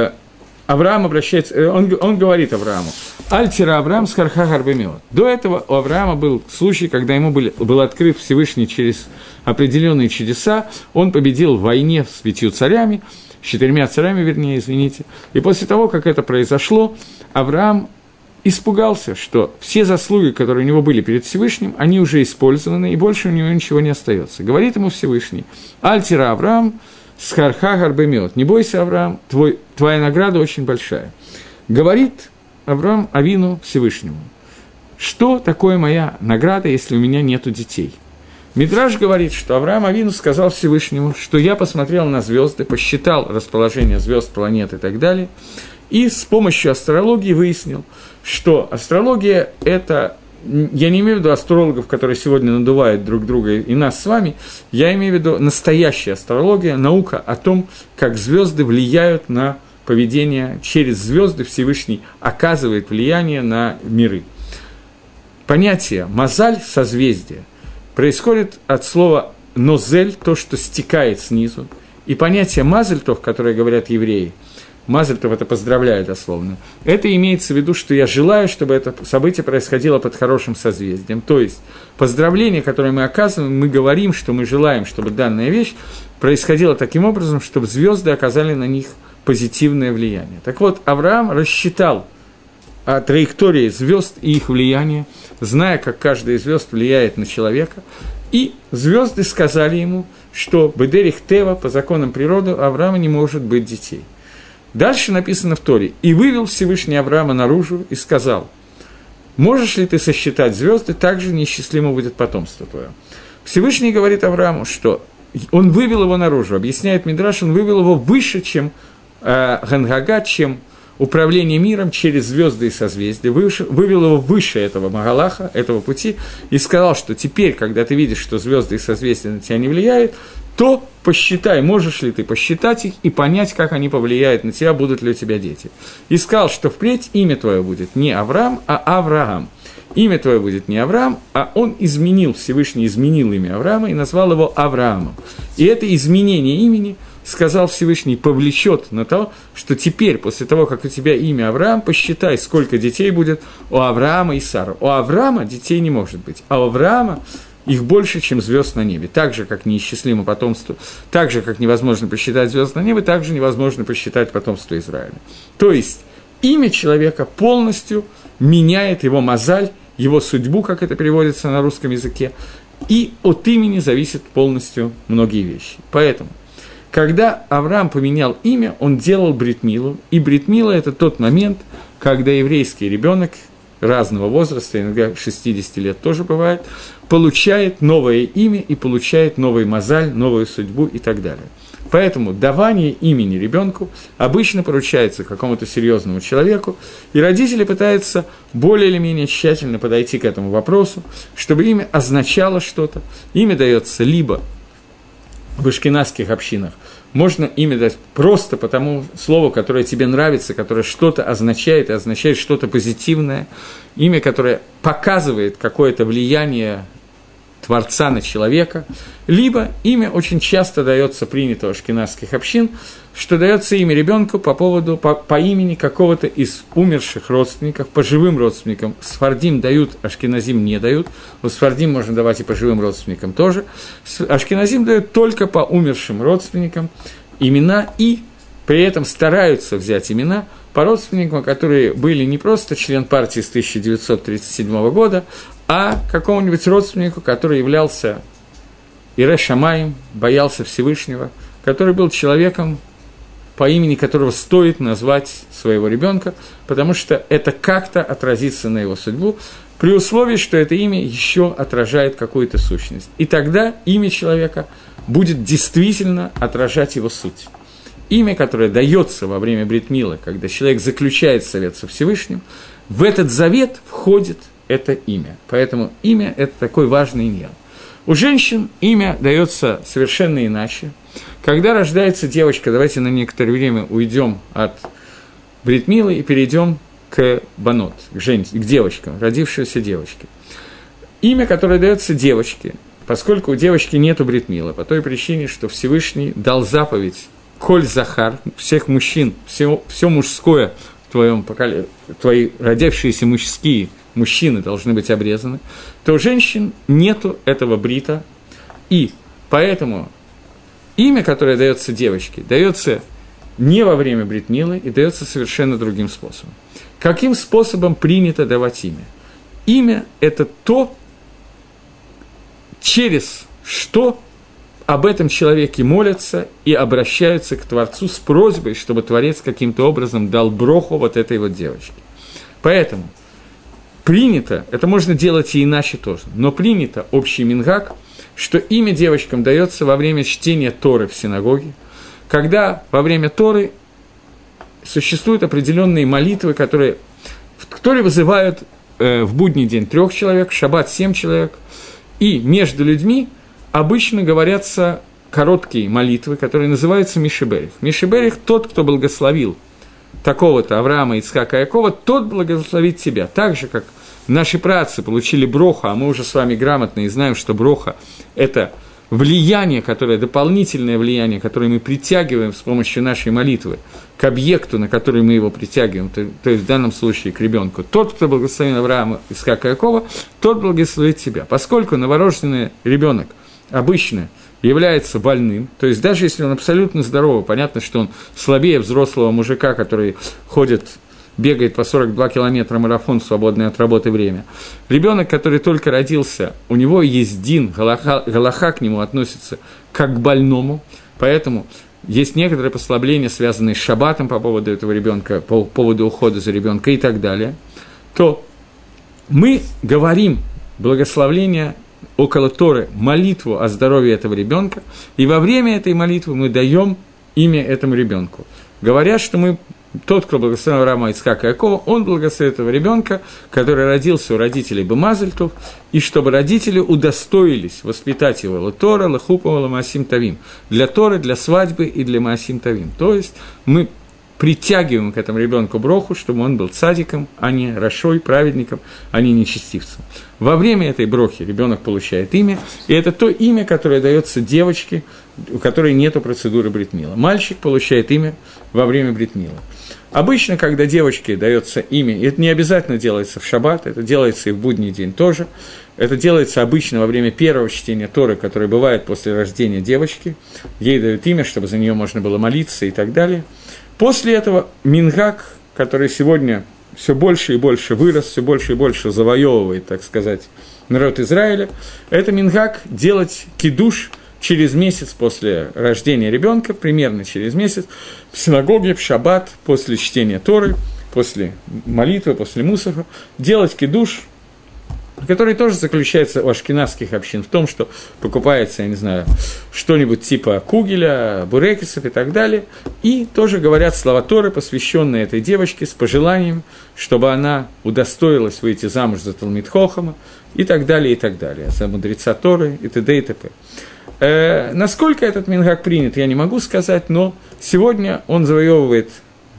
Авраам обращается, он говорит Аврааму, «Альтира Авраам с харха гарбемиот». До этого у Авраама был случай, когда ему был открыт Всевышний через определенные чудеса, он победил в войне с 5 царями, с 4 царями, вернее, извините, и после того, как это произошло, Авраам испугался, что все заслуги, которые у него были перед Всевышним, они уже использованы, и больше у него ничего не остается. Говорит ему Всевышний, «Альтира Авраам, схарха гарбемиот». Не бойся, Авраам, твоя награда очень большая. Говорит Авраам Авину Всевышнему, что такое моя награда, если у меня нету детей? Мидраш говорит, что Авраам Авину сказал Всевышнему, что я посмотрел на звезды, посчитал расположение звезд, планет и так далее, и с помощью астрологии выяснил, что астрология – это… Я не имею в виду астрологов, которые сегодня надувают друг друга и нас с вами, я имею в виду настоящая астрология, наука о том, как звезды влияют на поведение, через звезды Всевышний оказывает влияние на миры. Понятие «мазаль» – созвездие происходит от слова «нозель», то, что стекает снизу, и понятие «мазальтов», которое говорят евреи, Мазальтов это поздравляю дословно. Это имеется в виду, что я желаю, чтобы это событие происходило под хорошим созвездием. То есть поздравление, которое мы оказываем, мы говорим, что мы желаем, чтобы данная вещь происходила таким образом, чтобы звезды оказали на них позитивное влияние. Так вот, Авраам рассчитал о траектории звезд и их влияния, зная, как каждая из звезд влияет на человека, и звезды сказали ему, что бедерих тева, по законам природы, у Авраама не может быть детей. Дальше написано в Торе: «И вывел Всевышний Авраама наружу и сказал: можешь ли ты сосчитать звезды, так же неисчислимо будет потомство твое». Всевышний говорит Аврааму, что он вывел его наружу, объясняет Мидраш, он вывел его выше, чем Гангага, чем управление миром через звезды и созвездия, вывел его выше этого Магалаха, этого пути, и сказал, что теперь, когда ты видишь, что звезды и созвездия на тебя не влияют, то посчитай, можешь ли ты посчитать их и понять, как они повлияют на тебя, будут ли у тебя дети. И сказал, что впредь имя твое будет не Авраам, а Авраам. Имя твое будет не Авраам, а он изменил, Всевышний изменил имя Авраама и назвал его Авраамом. И это изменение имени, сказал Всевышний, повлечет на то, что теперь, после того, как у тебя имя Авраам, посчитай, сколько детей будет у Авраама и Сары. У Авраама детей не может быть, а у Авраама их больше, чем звезд на небе. Так же, как неисчислимо потомство, так же, как невозможно посчитать звезд на небе, так же невозможно посчитать потомство Израиля. То есть, имя человека полностью меняет его мазаль, его судьбу, как это переводится на русском языке, и от имени зависят полностью многие вещи. Поэтому, когда Авраам поменял имя, он делал брит милу, и брит мила – это тот момент, когда еврейский ребенок разного возраста, иногда 60 лет тоже бывает, получает новое имя и получает новый мазаль, новую судьбу и так далее. Поэтому давание имени ребенку обычно поручается какому-то серьезному человеку, и родители пытаются более или менее тщательно подойти к этому вопросу, чтобы имя означало что-то. Имя дается либо в ашкеназских общинах, можно имя дать просто по тому слову, которое тебе нравится, которое что-то означает, и означает что-то позитивное, имя, которое показывает какое-то влияние Творца на человека, либо имя очень часто дается, принято у ашкеназских общин, что дается имя ребенку по имени какого-то из умерших родственников, по живым родственникам. Сфардим дают, ашкеназим не дают, у сфардим можно давать и по живым родственникам тоже. Ашкеназим дают только по умершим родственникам имена, и при этом стараются взять имена по родственникам, которые были не просто член партии с 1937 года, а какому-нибудь родственнику, который являлся Ире Шамаим, боялся Всевышнего, который был человеком, по имени которого стоит назвать своего ребенка, потому что это как-то отразится на его судьбу, при условии, что это имя еще отражает какую-то сущность. И тогда имя человека будет действительно отражать его суть. Имя, которое дается во время брит милы, когда человек заключает совет со Всевышним, в этот завет входит это имя. Поэтому имя – это такой важный иньян. У женщин имя дается совершенно иначе. Когда рождается девочка, давайте на некоторое время уйдем от брит милы и перейдем к банот, к девочкам, родившейся девочке. Имя, которое дается девочке, поскольку у девочки нету брит милы, по той причине, что Всевышний дал заповедь «Коль Захар», всех мужчин, все мужское в твоем поколении, твои родившиеся мужчины должны быть обрезаны, то у женщин нету этого брита, и поэтому имя, которое дается девочке, дается не во время брит милы и дается совершенно другим способом. Каким способом принято давать имя? Имя – это то, через что об этом человеке молятся и обращаются к Творцу с просьбой, чтобы Творец каким-то образом дал броху вот этой вот девочке. Поэтому принято, это можно делать и иначе тоже, но принято общий мингаг, что имя девочкам дается во время чтения Торы в синагоге, когда во время Торы существуют определенные молитвы, которые в Торе вызывают в будний день 3 человек, в шаббат 7 человек, и между людьми обычно говорятся короткие молитвы, которые называются Мишеберих. Мишеберих – тот, кто благословил такого-то Авраама, Ицхака, Якова, тот благословит тебя. Так же, как наши праотцы получили броху, а мы уже с вами грамотно и знаем, что броха – это влияние, которое, дополнительное влияние, которое мы притягиваем с помощью нашей молитвы к объекту, на который мы его притягиваем, то есть в данном случае к ребенку. Тот, кто благословил Авраама, Ицхака, Якова, тот благословит тебя. Поскольку новорожденный ребенок обычно является больным, то есть даже если он абсолютно здоровый, понятно, что он слабее взрослого мужика, который бегает по 42 километра марафон в свободное от работы время. Ребенок, который только родился, у него есть дин, галаха к нему относится как к больному, поэтому есть некоторые послабления, связанные с шаббатом по поводу этого ребенка, по поводу ухода за ребенка и так далее, то мы говорим благословление около Торы, молитву о здоровье этого ребенка, и во время этой молитвы мы даем имя этому ребенку. Говорят, что мы тот, кто благословил Авраама, Ицхака и Якова, он благословит этого ребенка, который родился у родителей Бемазальтов, и чтобы родители удостоились воспитать его Латора, Лахупова, Ламаасим Тавим, для Торы, для свадьбы и для Маасим Тавим. То есть мы притягиваем к этому ребенку броху, чтобы он был цадиком, а не рашой, праведником, а не нечестивцем. Во время этой брохи ребенок получает имя, и это то имя, которое дается девочке, у которой нет процедуры брит-мила. Мальчик получает имя во время брит-мила. Обычно, когда девочке дается имя, и это не обязательно делается в шаббат, это делается и в будний день тоже, это делается обычно во время первого чтения Торы, которое бывает после рождения девочки, ей дают имя, чтобы за нее можно было молиться и так далее. После этого мингаг, который сегодня все больше и больше вырос, все больше и больше завоевывает, так сказать, народ Израиля, это мингаг делать кидуш через месяц после рождения ребенка, примерно через месяц, в синагоге, в шаббат, после чтения Торы, после молитвы, после мусафа, делать кидуш, который тоже заключается у ашкеназских общин в том, что покупается, я не знаю, что-нибудь типа кугеля, бурекисов и так далее, и тоже говорят слова Торы, посвященные этой девочке, с пожеланием, чтобы она удостоилась выйти замуж за Талмид Хохама, и так далее, за мудреца Торы, и т.д. и т.п. Насколько этот мингаг принят, я не могу сказать, но сегодня он завоевывает,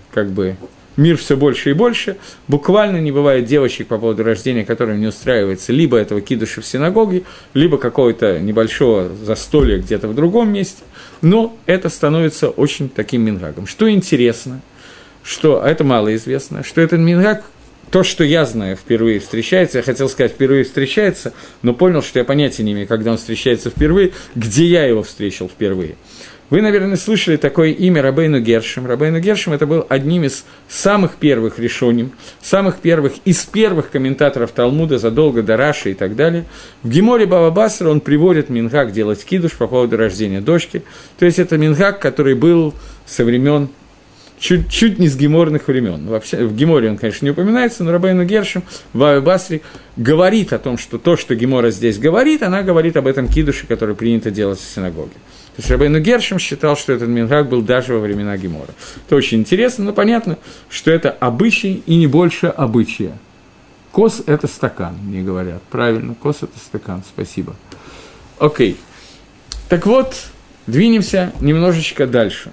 мир все больше и больше, буквально не бывает девочек по поводу рождения, которым не устраивается либо этого кидуша в синагоге, либо какого-то небольшого застолья где-то в другом месте, но это становится очень таким мингагом. Что интересно, что, а это малоизвестно, что этот мингаг, то, что я знаю, впервые встречается, я хотел сказать, впервые встречается, но понял, что я понятия не имею, когда он встречается впервые, где я его встретил впервые. Вы, наверное, слышали такое имя Рабейну Гершем. Рабейну Гершем – это был одним из самых первых решоним, самых первых, из первых комментаторов Талмуда задолго до Раши и так далее. В Геморе Бава Басра он приводит мингаг делать кидуш по поводу рождения дочки. То есть это мингаг, который был со времен, чуть не с геморных времен. Вообще, в Геморе он, конечно, не упоминается, но Рабейну Гершем в Баве Басре говорит о том, что то, что Гемора здесь говорит, она говорит об этом кидуше, который принято делать в синагоге. То есть Рабейну Гершем считал, что этот мингаг был даже во времена Гемора. Это очень интересно, но понятно, что это обычай и не больше обычая. Кос – это стакан, мне говорят. Правильно, кос – это стакан, спасибо. Окей. Так вот, двинемся немножечко дальше.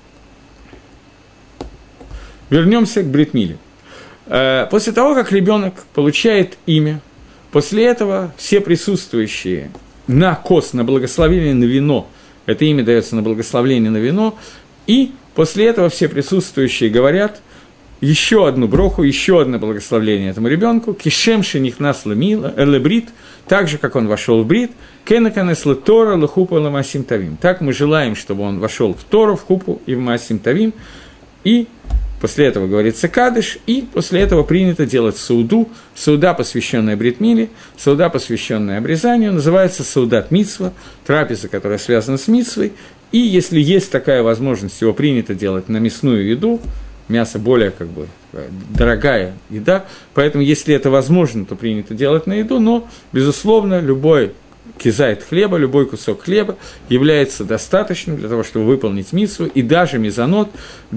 Вернемся к брит-миле. После того, как ребенок получает имя, после этого все присутствующие на кос, на благословение на вино, это имя дается на благословение на вино, и после этого все присутствующие говорят еще одну броху, еще одно благословение этому ребенку, кишем шенихнас лебрит, так же, как он вошел в брит, кенаканес летора лехупа ламасим тавим. Так мы желаем, чтобы он вошел в Тору, в хупу и в масим тавим, и после этого говорится кадыш, и после этого принято делать сауду. Сауда, посвященная брит-миле, сауда, посвященная обрезанию, называется саудат мицва, трапеза, которая связана с мицвой. И если есть такая возможность, его принято делать на мясную еду, мясо более дорогая еда, поэтому если это возможно, то принято делать на еду, но, безусловно, любой кизайт хлеба, любой кусок хлеба является достаточным для того, чтобы выполнить мицву, и даже мезонот,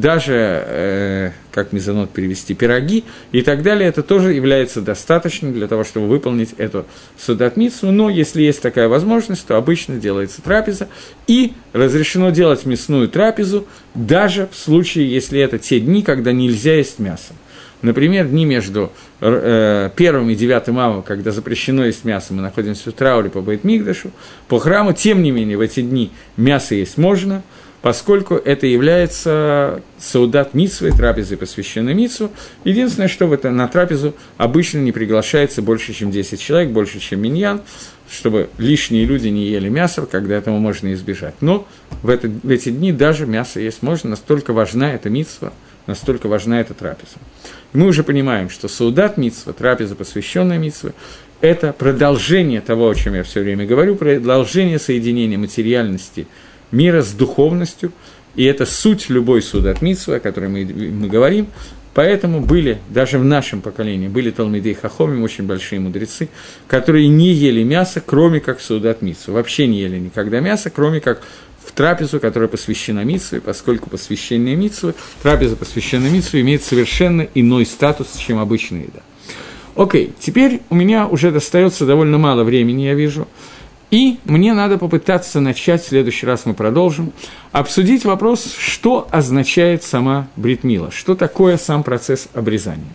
даже, как мезонот перевести, пироги и так далее, это тоже является достаточным для того, чтобы выполнить эту судат мицву, но если есть такая возможность, то обычно делается трапеза, и разрешено делать мясную трапезу даже в случае, если это те дни, когда нельзя есть мясо. Например, дни между 1 и 9 ава, когда запрещено есть мясо, мы находимся в трауре по Бейт-Микдашу, по храму, тем не менее, в эти дни мясо есть можно, поскольку это является саудат мицвой, трапезой, посвященной мицву. Единственное, что на трапезу обычно не приглашается больше, чем 10 человек, больше, чем миньян, чтобы лишние люди не ели мясо, когда этого можно избежать. Но в эти дни даже мясо есть можно, настолько важна эта мицва, настолько важна эта трапеза. И мы уже понимаем, что саудат мицва, трапеза, посвященная мицве, это продолжение того, о чем я все время говорю, продолжение соединения материальности мира с духовностью, и это суть любой саудат мицвы, о которой мы говорим. Поэтому были, даже в нашем поколении, были талмидей хахомим, очень большие мудрецы, которые не ели мясо, кроме как в саудат мицвы, вообще не ели никогда мясо, кроме как в трапезу, которая посвящена мицве, поскольку посвящение мицвы, трапеза, посвященная мицве, имеет совершенно иной статус, чем обычная еда. Окей, теперь у меня уже достается довольно мало времени, я вижу, и мне надо попытаться начать, в следующий раз мы продолжим, обсудить вопрос, что означает сама брит мила, что такое сам процесс обрезания.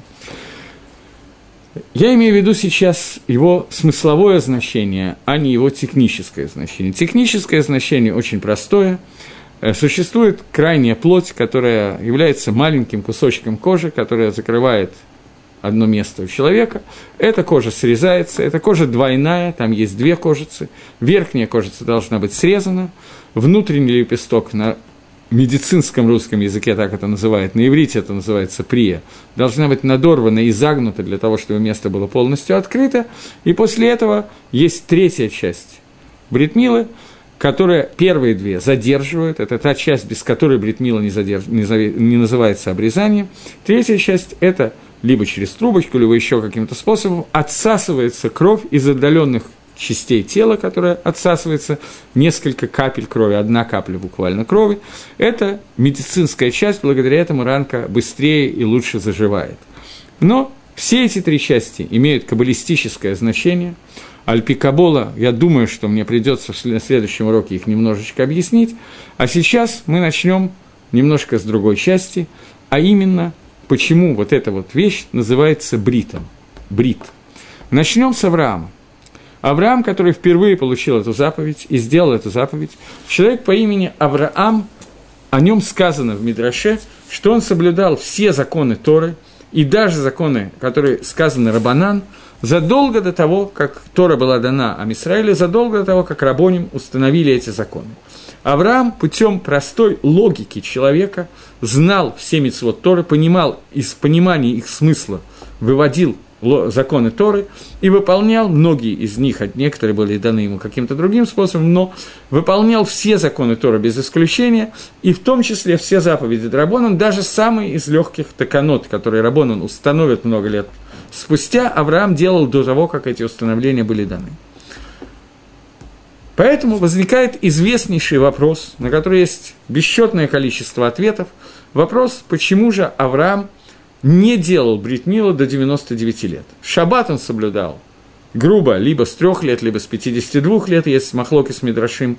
Я имею в виду сейчас его смысловое значение, а не его техническое значение. Техническое значение очень простое. Существует крайняя плоть, которая является маленьким кусочком кожи, которая закрывает одно место у человека. Эта кожа срезается, эта кожа двойная, там есть две кожицы. Верхняя кожица должна быть срезана, внутренний лепесток на медицинском русском языке, так это называют, на иврите это называется прия, должна быть надорвана и загнута для того, чтобы место было полностью открыто. И после этого есть третья часть брит милы, которая первые две задерживают, это та часть, без которой брит мила не называется обрезанием. Третья часть – это либо через трубочку, либо еще каким-то способом отсасывается кровь из отдаленных частей тела, которая отсасывается, несколько капель крови, одна капля буквально крови. Это медицинская часть, благодаря этому ранка быстрее и лучше заживает. Но все эти три части имеют каббалистическое значение. Аль-Пи-Кабола, я думаю, что мне придется на следующем уроке их немножечко объяснить. А сейчас мы начнем немножко с другой части, а именно, почему вот эта вот вещь называется бритом. Брит. Начнем с Авраама. Авраам, который впервые получил эту заповедь и сделал эту заповедь, человек по имени Авраам, о нем сказано в Мидраше, что он соблюдал все законы Торы, и даже законы, которые сказаны Рабанан, задолго до того, как Тора была дана Ам Исраэлю, задолго до того, как рабоним установили эти законы. Авраам путем простой логики человека знал все мицвот Торы, понимал, из понимания их смысла выводил законы Торы и выполнял многие из них, некоторые были даны ему каким-то другим способом, но выполнял все законы Торы без исключения, и в том числе все заповеди Рабонан, даже самые из легких таканот, которые Рабонан установят много лет спустя, Авраам делал до того, как эти установления были даны. Поэтому возникает известнейший вопрос, на который есть бесчетное количество ответов. Вопрос, почему же Авраам не делал брит милу до 99 лет. Шаббат он соблюдал грубо, либо с 3 лет, либо с 52 лет, есть махлоки с Мидрашим.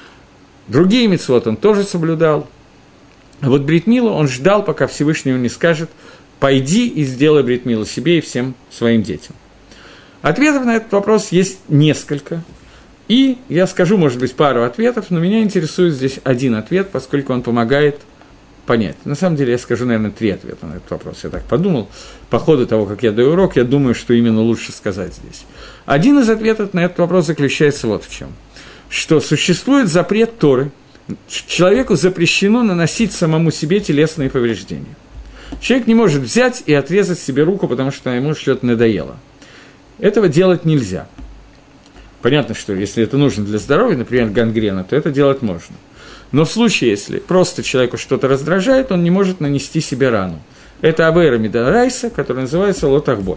Другие мицвот он тоже соблюдал. А вот брит милу он ждал, пока Всевышний ему не скажет: «Пойди и сделай брит милу себе и всем своим детям». Ответов на этот вопрос есть несколько. И я скажу, может быть, пару ответов, но меня интересует здесь один ответ, поскольку он помогает понять. На самом деле, я скажу, наверное, 3 ответа на этот вопрос. Я так подумал. По ходу того, как я даю урок, я думаю, что именно лучше сказать здесь. Один из ответов на этот вопрос заключается вот в чем. Что существует запрет Торы. Человеку запрещено наносить самому себе телесные повреждения. Человек не может взять и отрезать себе руку, потому что ему что-то надоело. Этого делать нельзя. Понятно, что если это нужно для здоровья, например, гангрена, то это делать можно. Но в случае, если просто человеку что-то раздражает, он не может нанести себе рану. Это авейра мидорайса, которая называется лотахболь.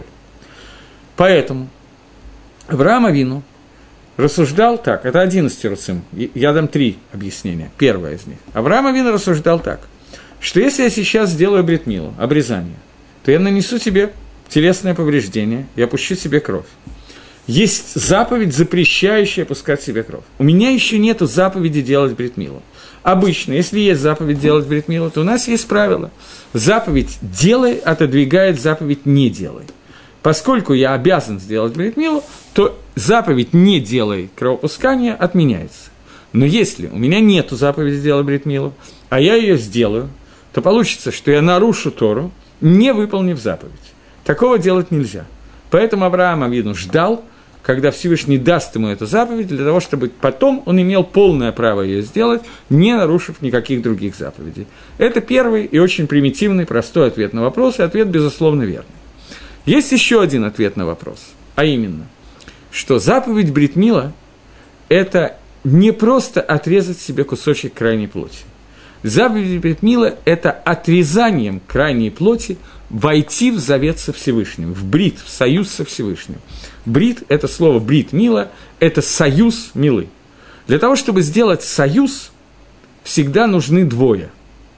Поэтому Авраам Авину рассуждал так, это один из тируцим, я дам 3 объяснения, первое из них. Авраам Авину рассуждал так, что если я сейчас сделаю брит милу, обрезание, то я нанесу себе телесное повреждение, я пущу себе кровь. Есть заповедь, запрещающая пускать себе кровь. У меня еще нету заповеди делать брит милу. Обычно, если есть заповедь делать брит милу, то у нас есть правило. Заповедь «делай» отодвигает заповедь «не делай». Поскольку я обязан сделать брит милу, то заповедь «не делай» кровопускания отменяется. Но если у меня нету заповеди делать брит милу, а я ее сделаю, то получится, что я нарушу Тору, не выполнив заповедь. Такого делать нельзя. Поэтому Авраам Авину ждал, когда Всевышний даст ему эту заповедь, для того, чтобы потом он имел полное право ее сделать, не нарушив никаких других заповедей. Это первый и очень примитивный, простой ответ на вопрос, и ответ, безусловно, верный. Есть еще один ответ на вопрос, а именно, что заповедь брит мила – это не просто отрезать себе кусочек крайней плоти. Заповедь брит мила – это отрезанием крайней плоти войти в завет со Всевышним, в брит, в союз со Всевышним. Брит – это слово брит мила, это союз милы. Для того, чтобы сделать союз, всегда нужны двое.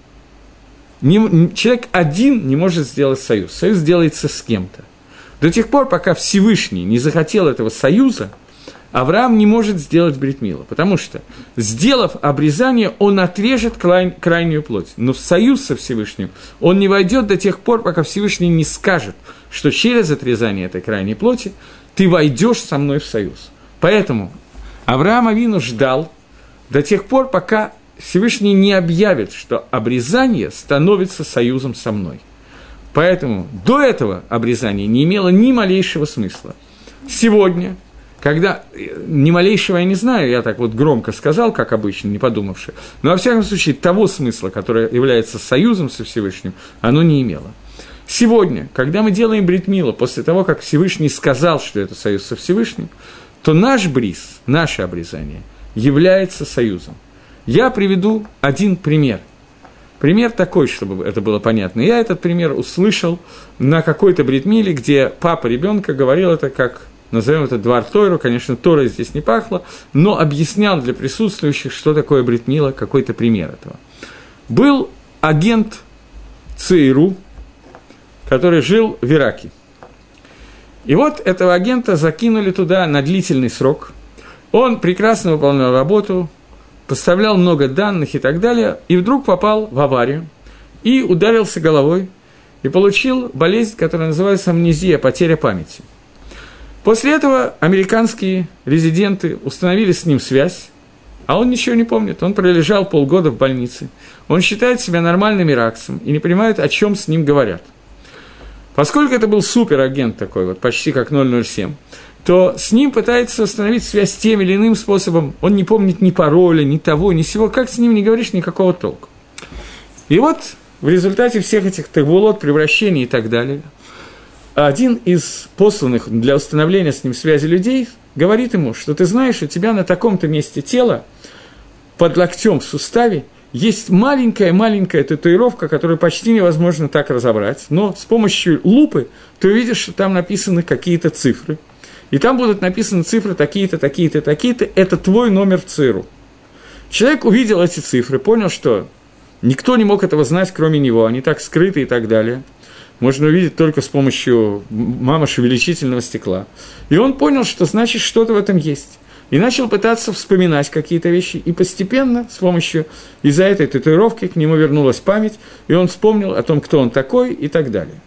Человек один не может сделать союз. Союз делается с кем-то. До тех пор, пока Всевышний не захотел этого союза, Авраам не может сделать брит милу, потому что, сделав обрезание, он отрежет крайнюю плоть. Но в союз со Всевышним он не войдет до тех пор, пока Всевышний не скажет, что через отрезание этой крайней плоти ты войдешь со мной в союз. Поэтому Авраам Авину ждал до тех пор, пока Всевышний не объявит, что обрезание становится союзом со мной. Поэтому до этого обрезание не имело ни малейшего смысла. Сегодня, когда ни малейшего я не знаю, я так вот громко сказал, как обычно, не подумавши, но во всяком случае того смысла, который является союзом со Всевышним, оно не имело. Сегодня, когда мы делаем брит милу, после того, как Всевышний сказал, что это союз со Всевышним, то наш бриз, наше обрезание, является союзом. Я приведу один пример. Пример такой, чтобы это было понятно. Я этот пример услышал на какой-то брит миле, где папа ребенка говорил это как, назовем это двор Тойру, конечно, Торой здесь не пахло, но объяснял для присутствующих, что такое брит мила, какой-то пример этого. Был агент ЦРУ, который жил в Ираке. И вот этого агента закинули туда на длительный срок. Он прекрасно выполнял работу, поставлял много данных и так далее, и вдруг попал в аварию, и ударился головой, и получил болезнь, которая называется амнезия, потеря памяти. После этого американские резиденты установили с ним связь, а он ничего не помнит, он пролежал полгода в больнице, он считает себя нормальным иракцем и не понимает, о чем с ним говорят. Поскольку это был суперагент такой, вот почти как 007, то с ним пытается установить связь тем или иным способом, он не помнит ни пароля, ни того, ни сего, как с ним не говоришь, никакого толка. И вот в результате всех этих тагвулот, превращений и так далее, один из посланных для установления с ним связи людей говорит ему, что ты знаешь, у тебя на таком-то месте тела, под локтем в суставе, есть маленькая татуировка, которую почти невозможно так разобрать, но с помощью лупы ты увидишь, что там написаны какие-то цифры, и там будут написаны цифры такие-то, такие-то, такие-то, это твой номер ЦРУ. Человек увидел эти цифры, понял, что никто не мог этого знать, кроме него, они так скрыты и так далее. Можно увидеть только с помощью мамаши увеличительного стекла. И он понял, что значит что-то в этом есть. И начал пытаться вспоминать какие-то вещи, и постепенно с помощью из-за этой татуировки к нему вернулась память, и он вспомнил о том, кто он такой и так далее.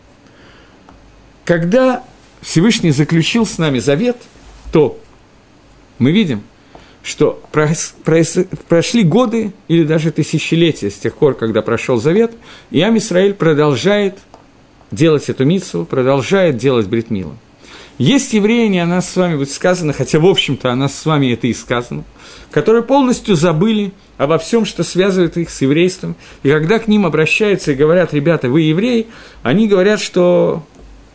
Когда Всевышний заключил с нами завет, то мы видим, что прошли годы или даже тысячелетия с тех пор, когда прошел завет, и Ам Исраэль продолжает делать эту мицву, продолжает делать брит милу. Есть евреи, не о нас с вами будет сказано, хотя, в общем-то, о нас с вами это и сказано, которые полностью забыли обо всем, что связывает их с еврейством, и когда к ним обращаются и говорят, ребята, вы евреи, они говорят, что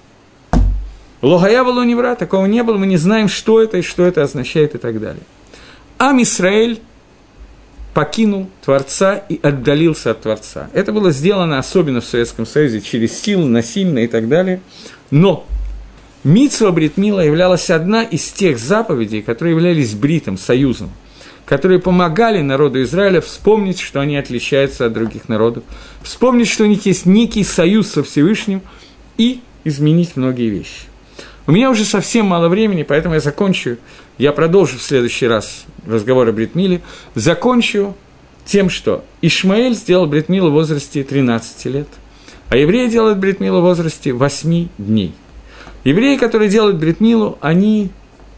логая вало невра, такого не было, мы не знаем, что это и что это означает и так далее. Ам Исраэль покинул Творца и отдалился от Творца. Это было сделано особенно в Советском Союзе через силу, насильно и так далее. Но мицва брит мила являлась одна из тех заповедей, которые являлись бритом, союзом, которые помогали народу Израиля вспомнить, что они отличаются от других народов, вспомнить, что у них есть некий союз со Всевышним и изменить многие вещи. У меня уже совсем мало времени, поэтому я продолжу в следующий раз разговор о брит миле, закончу тем, что Ишмаэль сделал брит милу в возрасте 13 лет, а евреи делают брит милу в возрасте 8 дней. Евреи, которые делают брит милу, они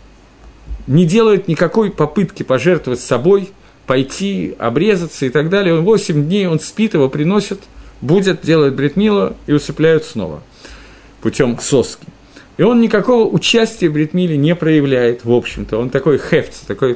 не делают никакой попытки пожертвовать собой, пойти, обрезаться и так далее. 8 дней он спит, его приносят, будет, делают брит милу и усыпляют снова путем соски. И он никакого участия в брит миле не проявляет, в общем-то. Он такой хефц, такой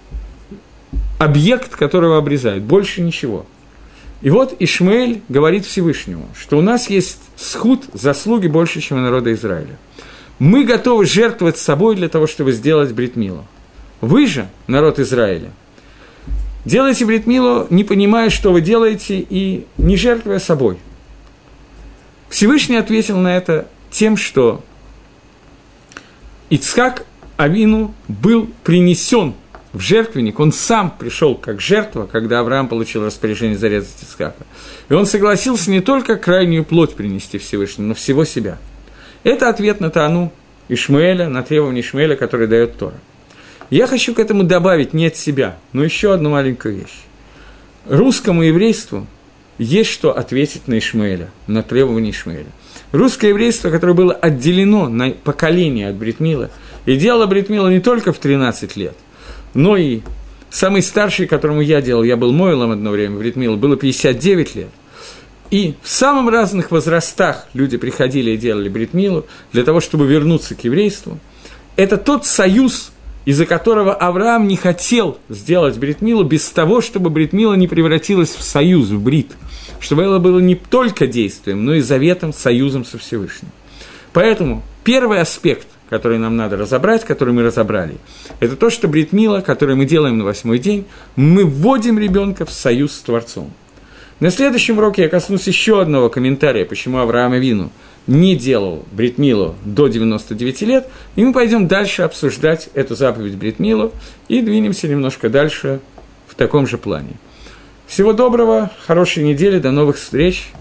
объект, которого обрезают, больше ничего. И вот Ишмаэль говорит Всевышнему, что у нас есть схуд, заслуги больше, чем у народа Израиля. Мы готовы жертвовать собой для того, чтобы сделать брит милу. Вы же, народ Израиля, делаете брит милу, не понимая, что вы делаете, и не жертвуя собой. Всевышний ответил на это тем, что Ицхак Авину был принесен в жертвенник, он сам пришел как жертва, когда Авраам получил распоряжение зарезать Ицхака. И он согласился не только крайнюю плоть принести Всевышнему, но всего себя. Это ответ на таану Ишмаэля, на требование Ишмаэля, который дает Тора. Я хочу к этому добавить не от себя, но еще одну маленькую вещь. Русскому еврейству есть что ответить на Ишмаэля, на требование Ишмаэля. Русское еврейство, которое было отделено на поколение от Брит Мила, и делало Брит Мила не только в 13 лет, но и самый старший, которому я делал, я был мойлом одно время, Брит Мила, было 59 лет. И в самых разных возрастах люди приходили и делали Брит Милу для того, чтобы вернуться к еврейству. Это тот союз, из-за которого Авраам не хотел сделать Брит Милу без того, чтобы Брит Мила не превратилась в союз, в брит, чтобы это было не только действием, но и заветом, союзом со Всевышним. Поэтому первый аспект, который нам надо разобрать, который мы разобрали, это то, что Брит Мила, который мы делаем на 8-й день, мы вводим ребенка в союз с Творцом. На следующем уроке я коснусь еще одного комментария, почему Авраам Авину не делал Брит Милу до 99 лет, и мы пойдем дальше обсуждать эту заповедь Брит Милу и двинемся немножко дальше в таком же плане. Всего доброго, хорошей недели, до новых встреч.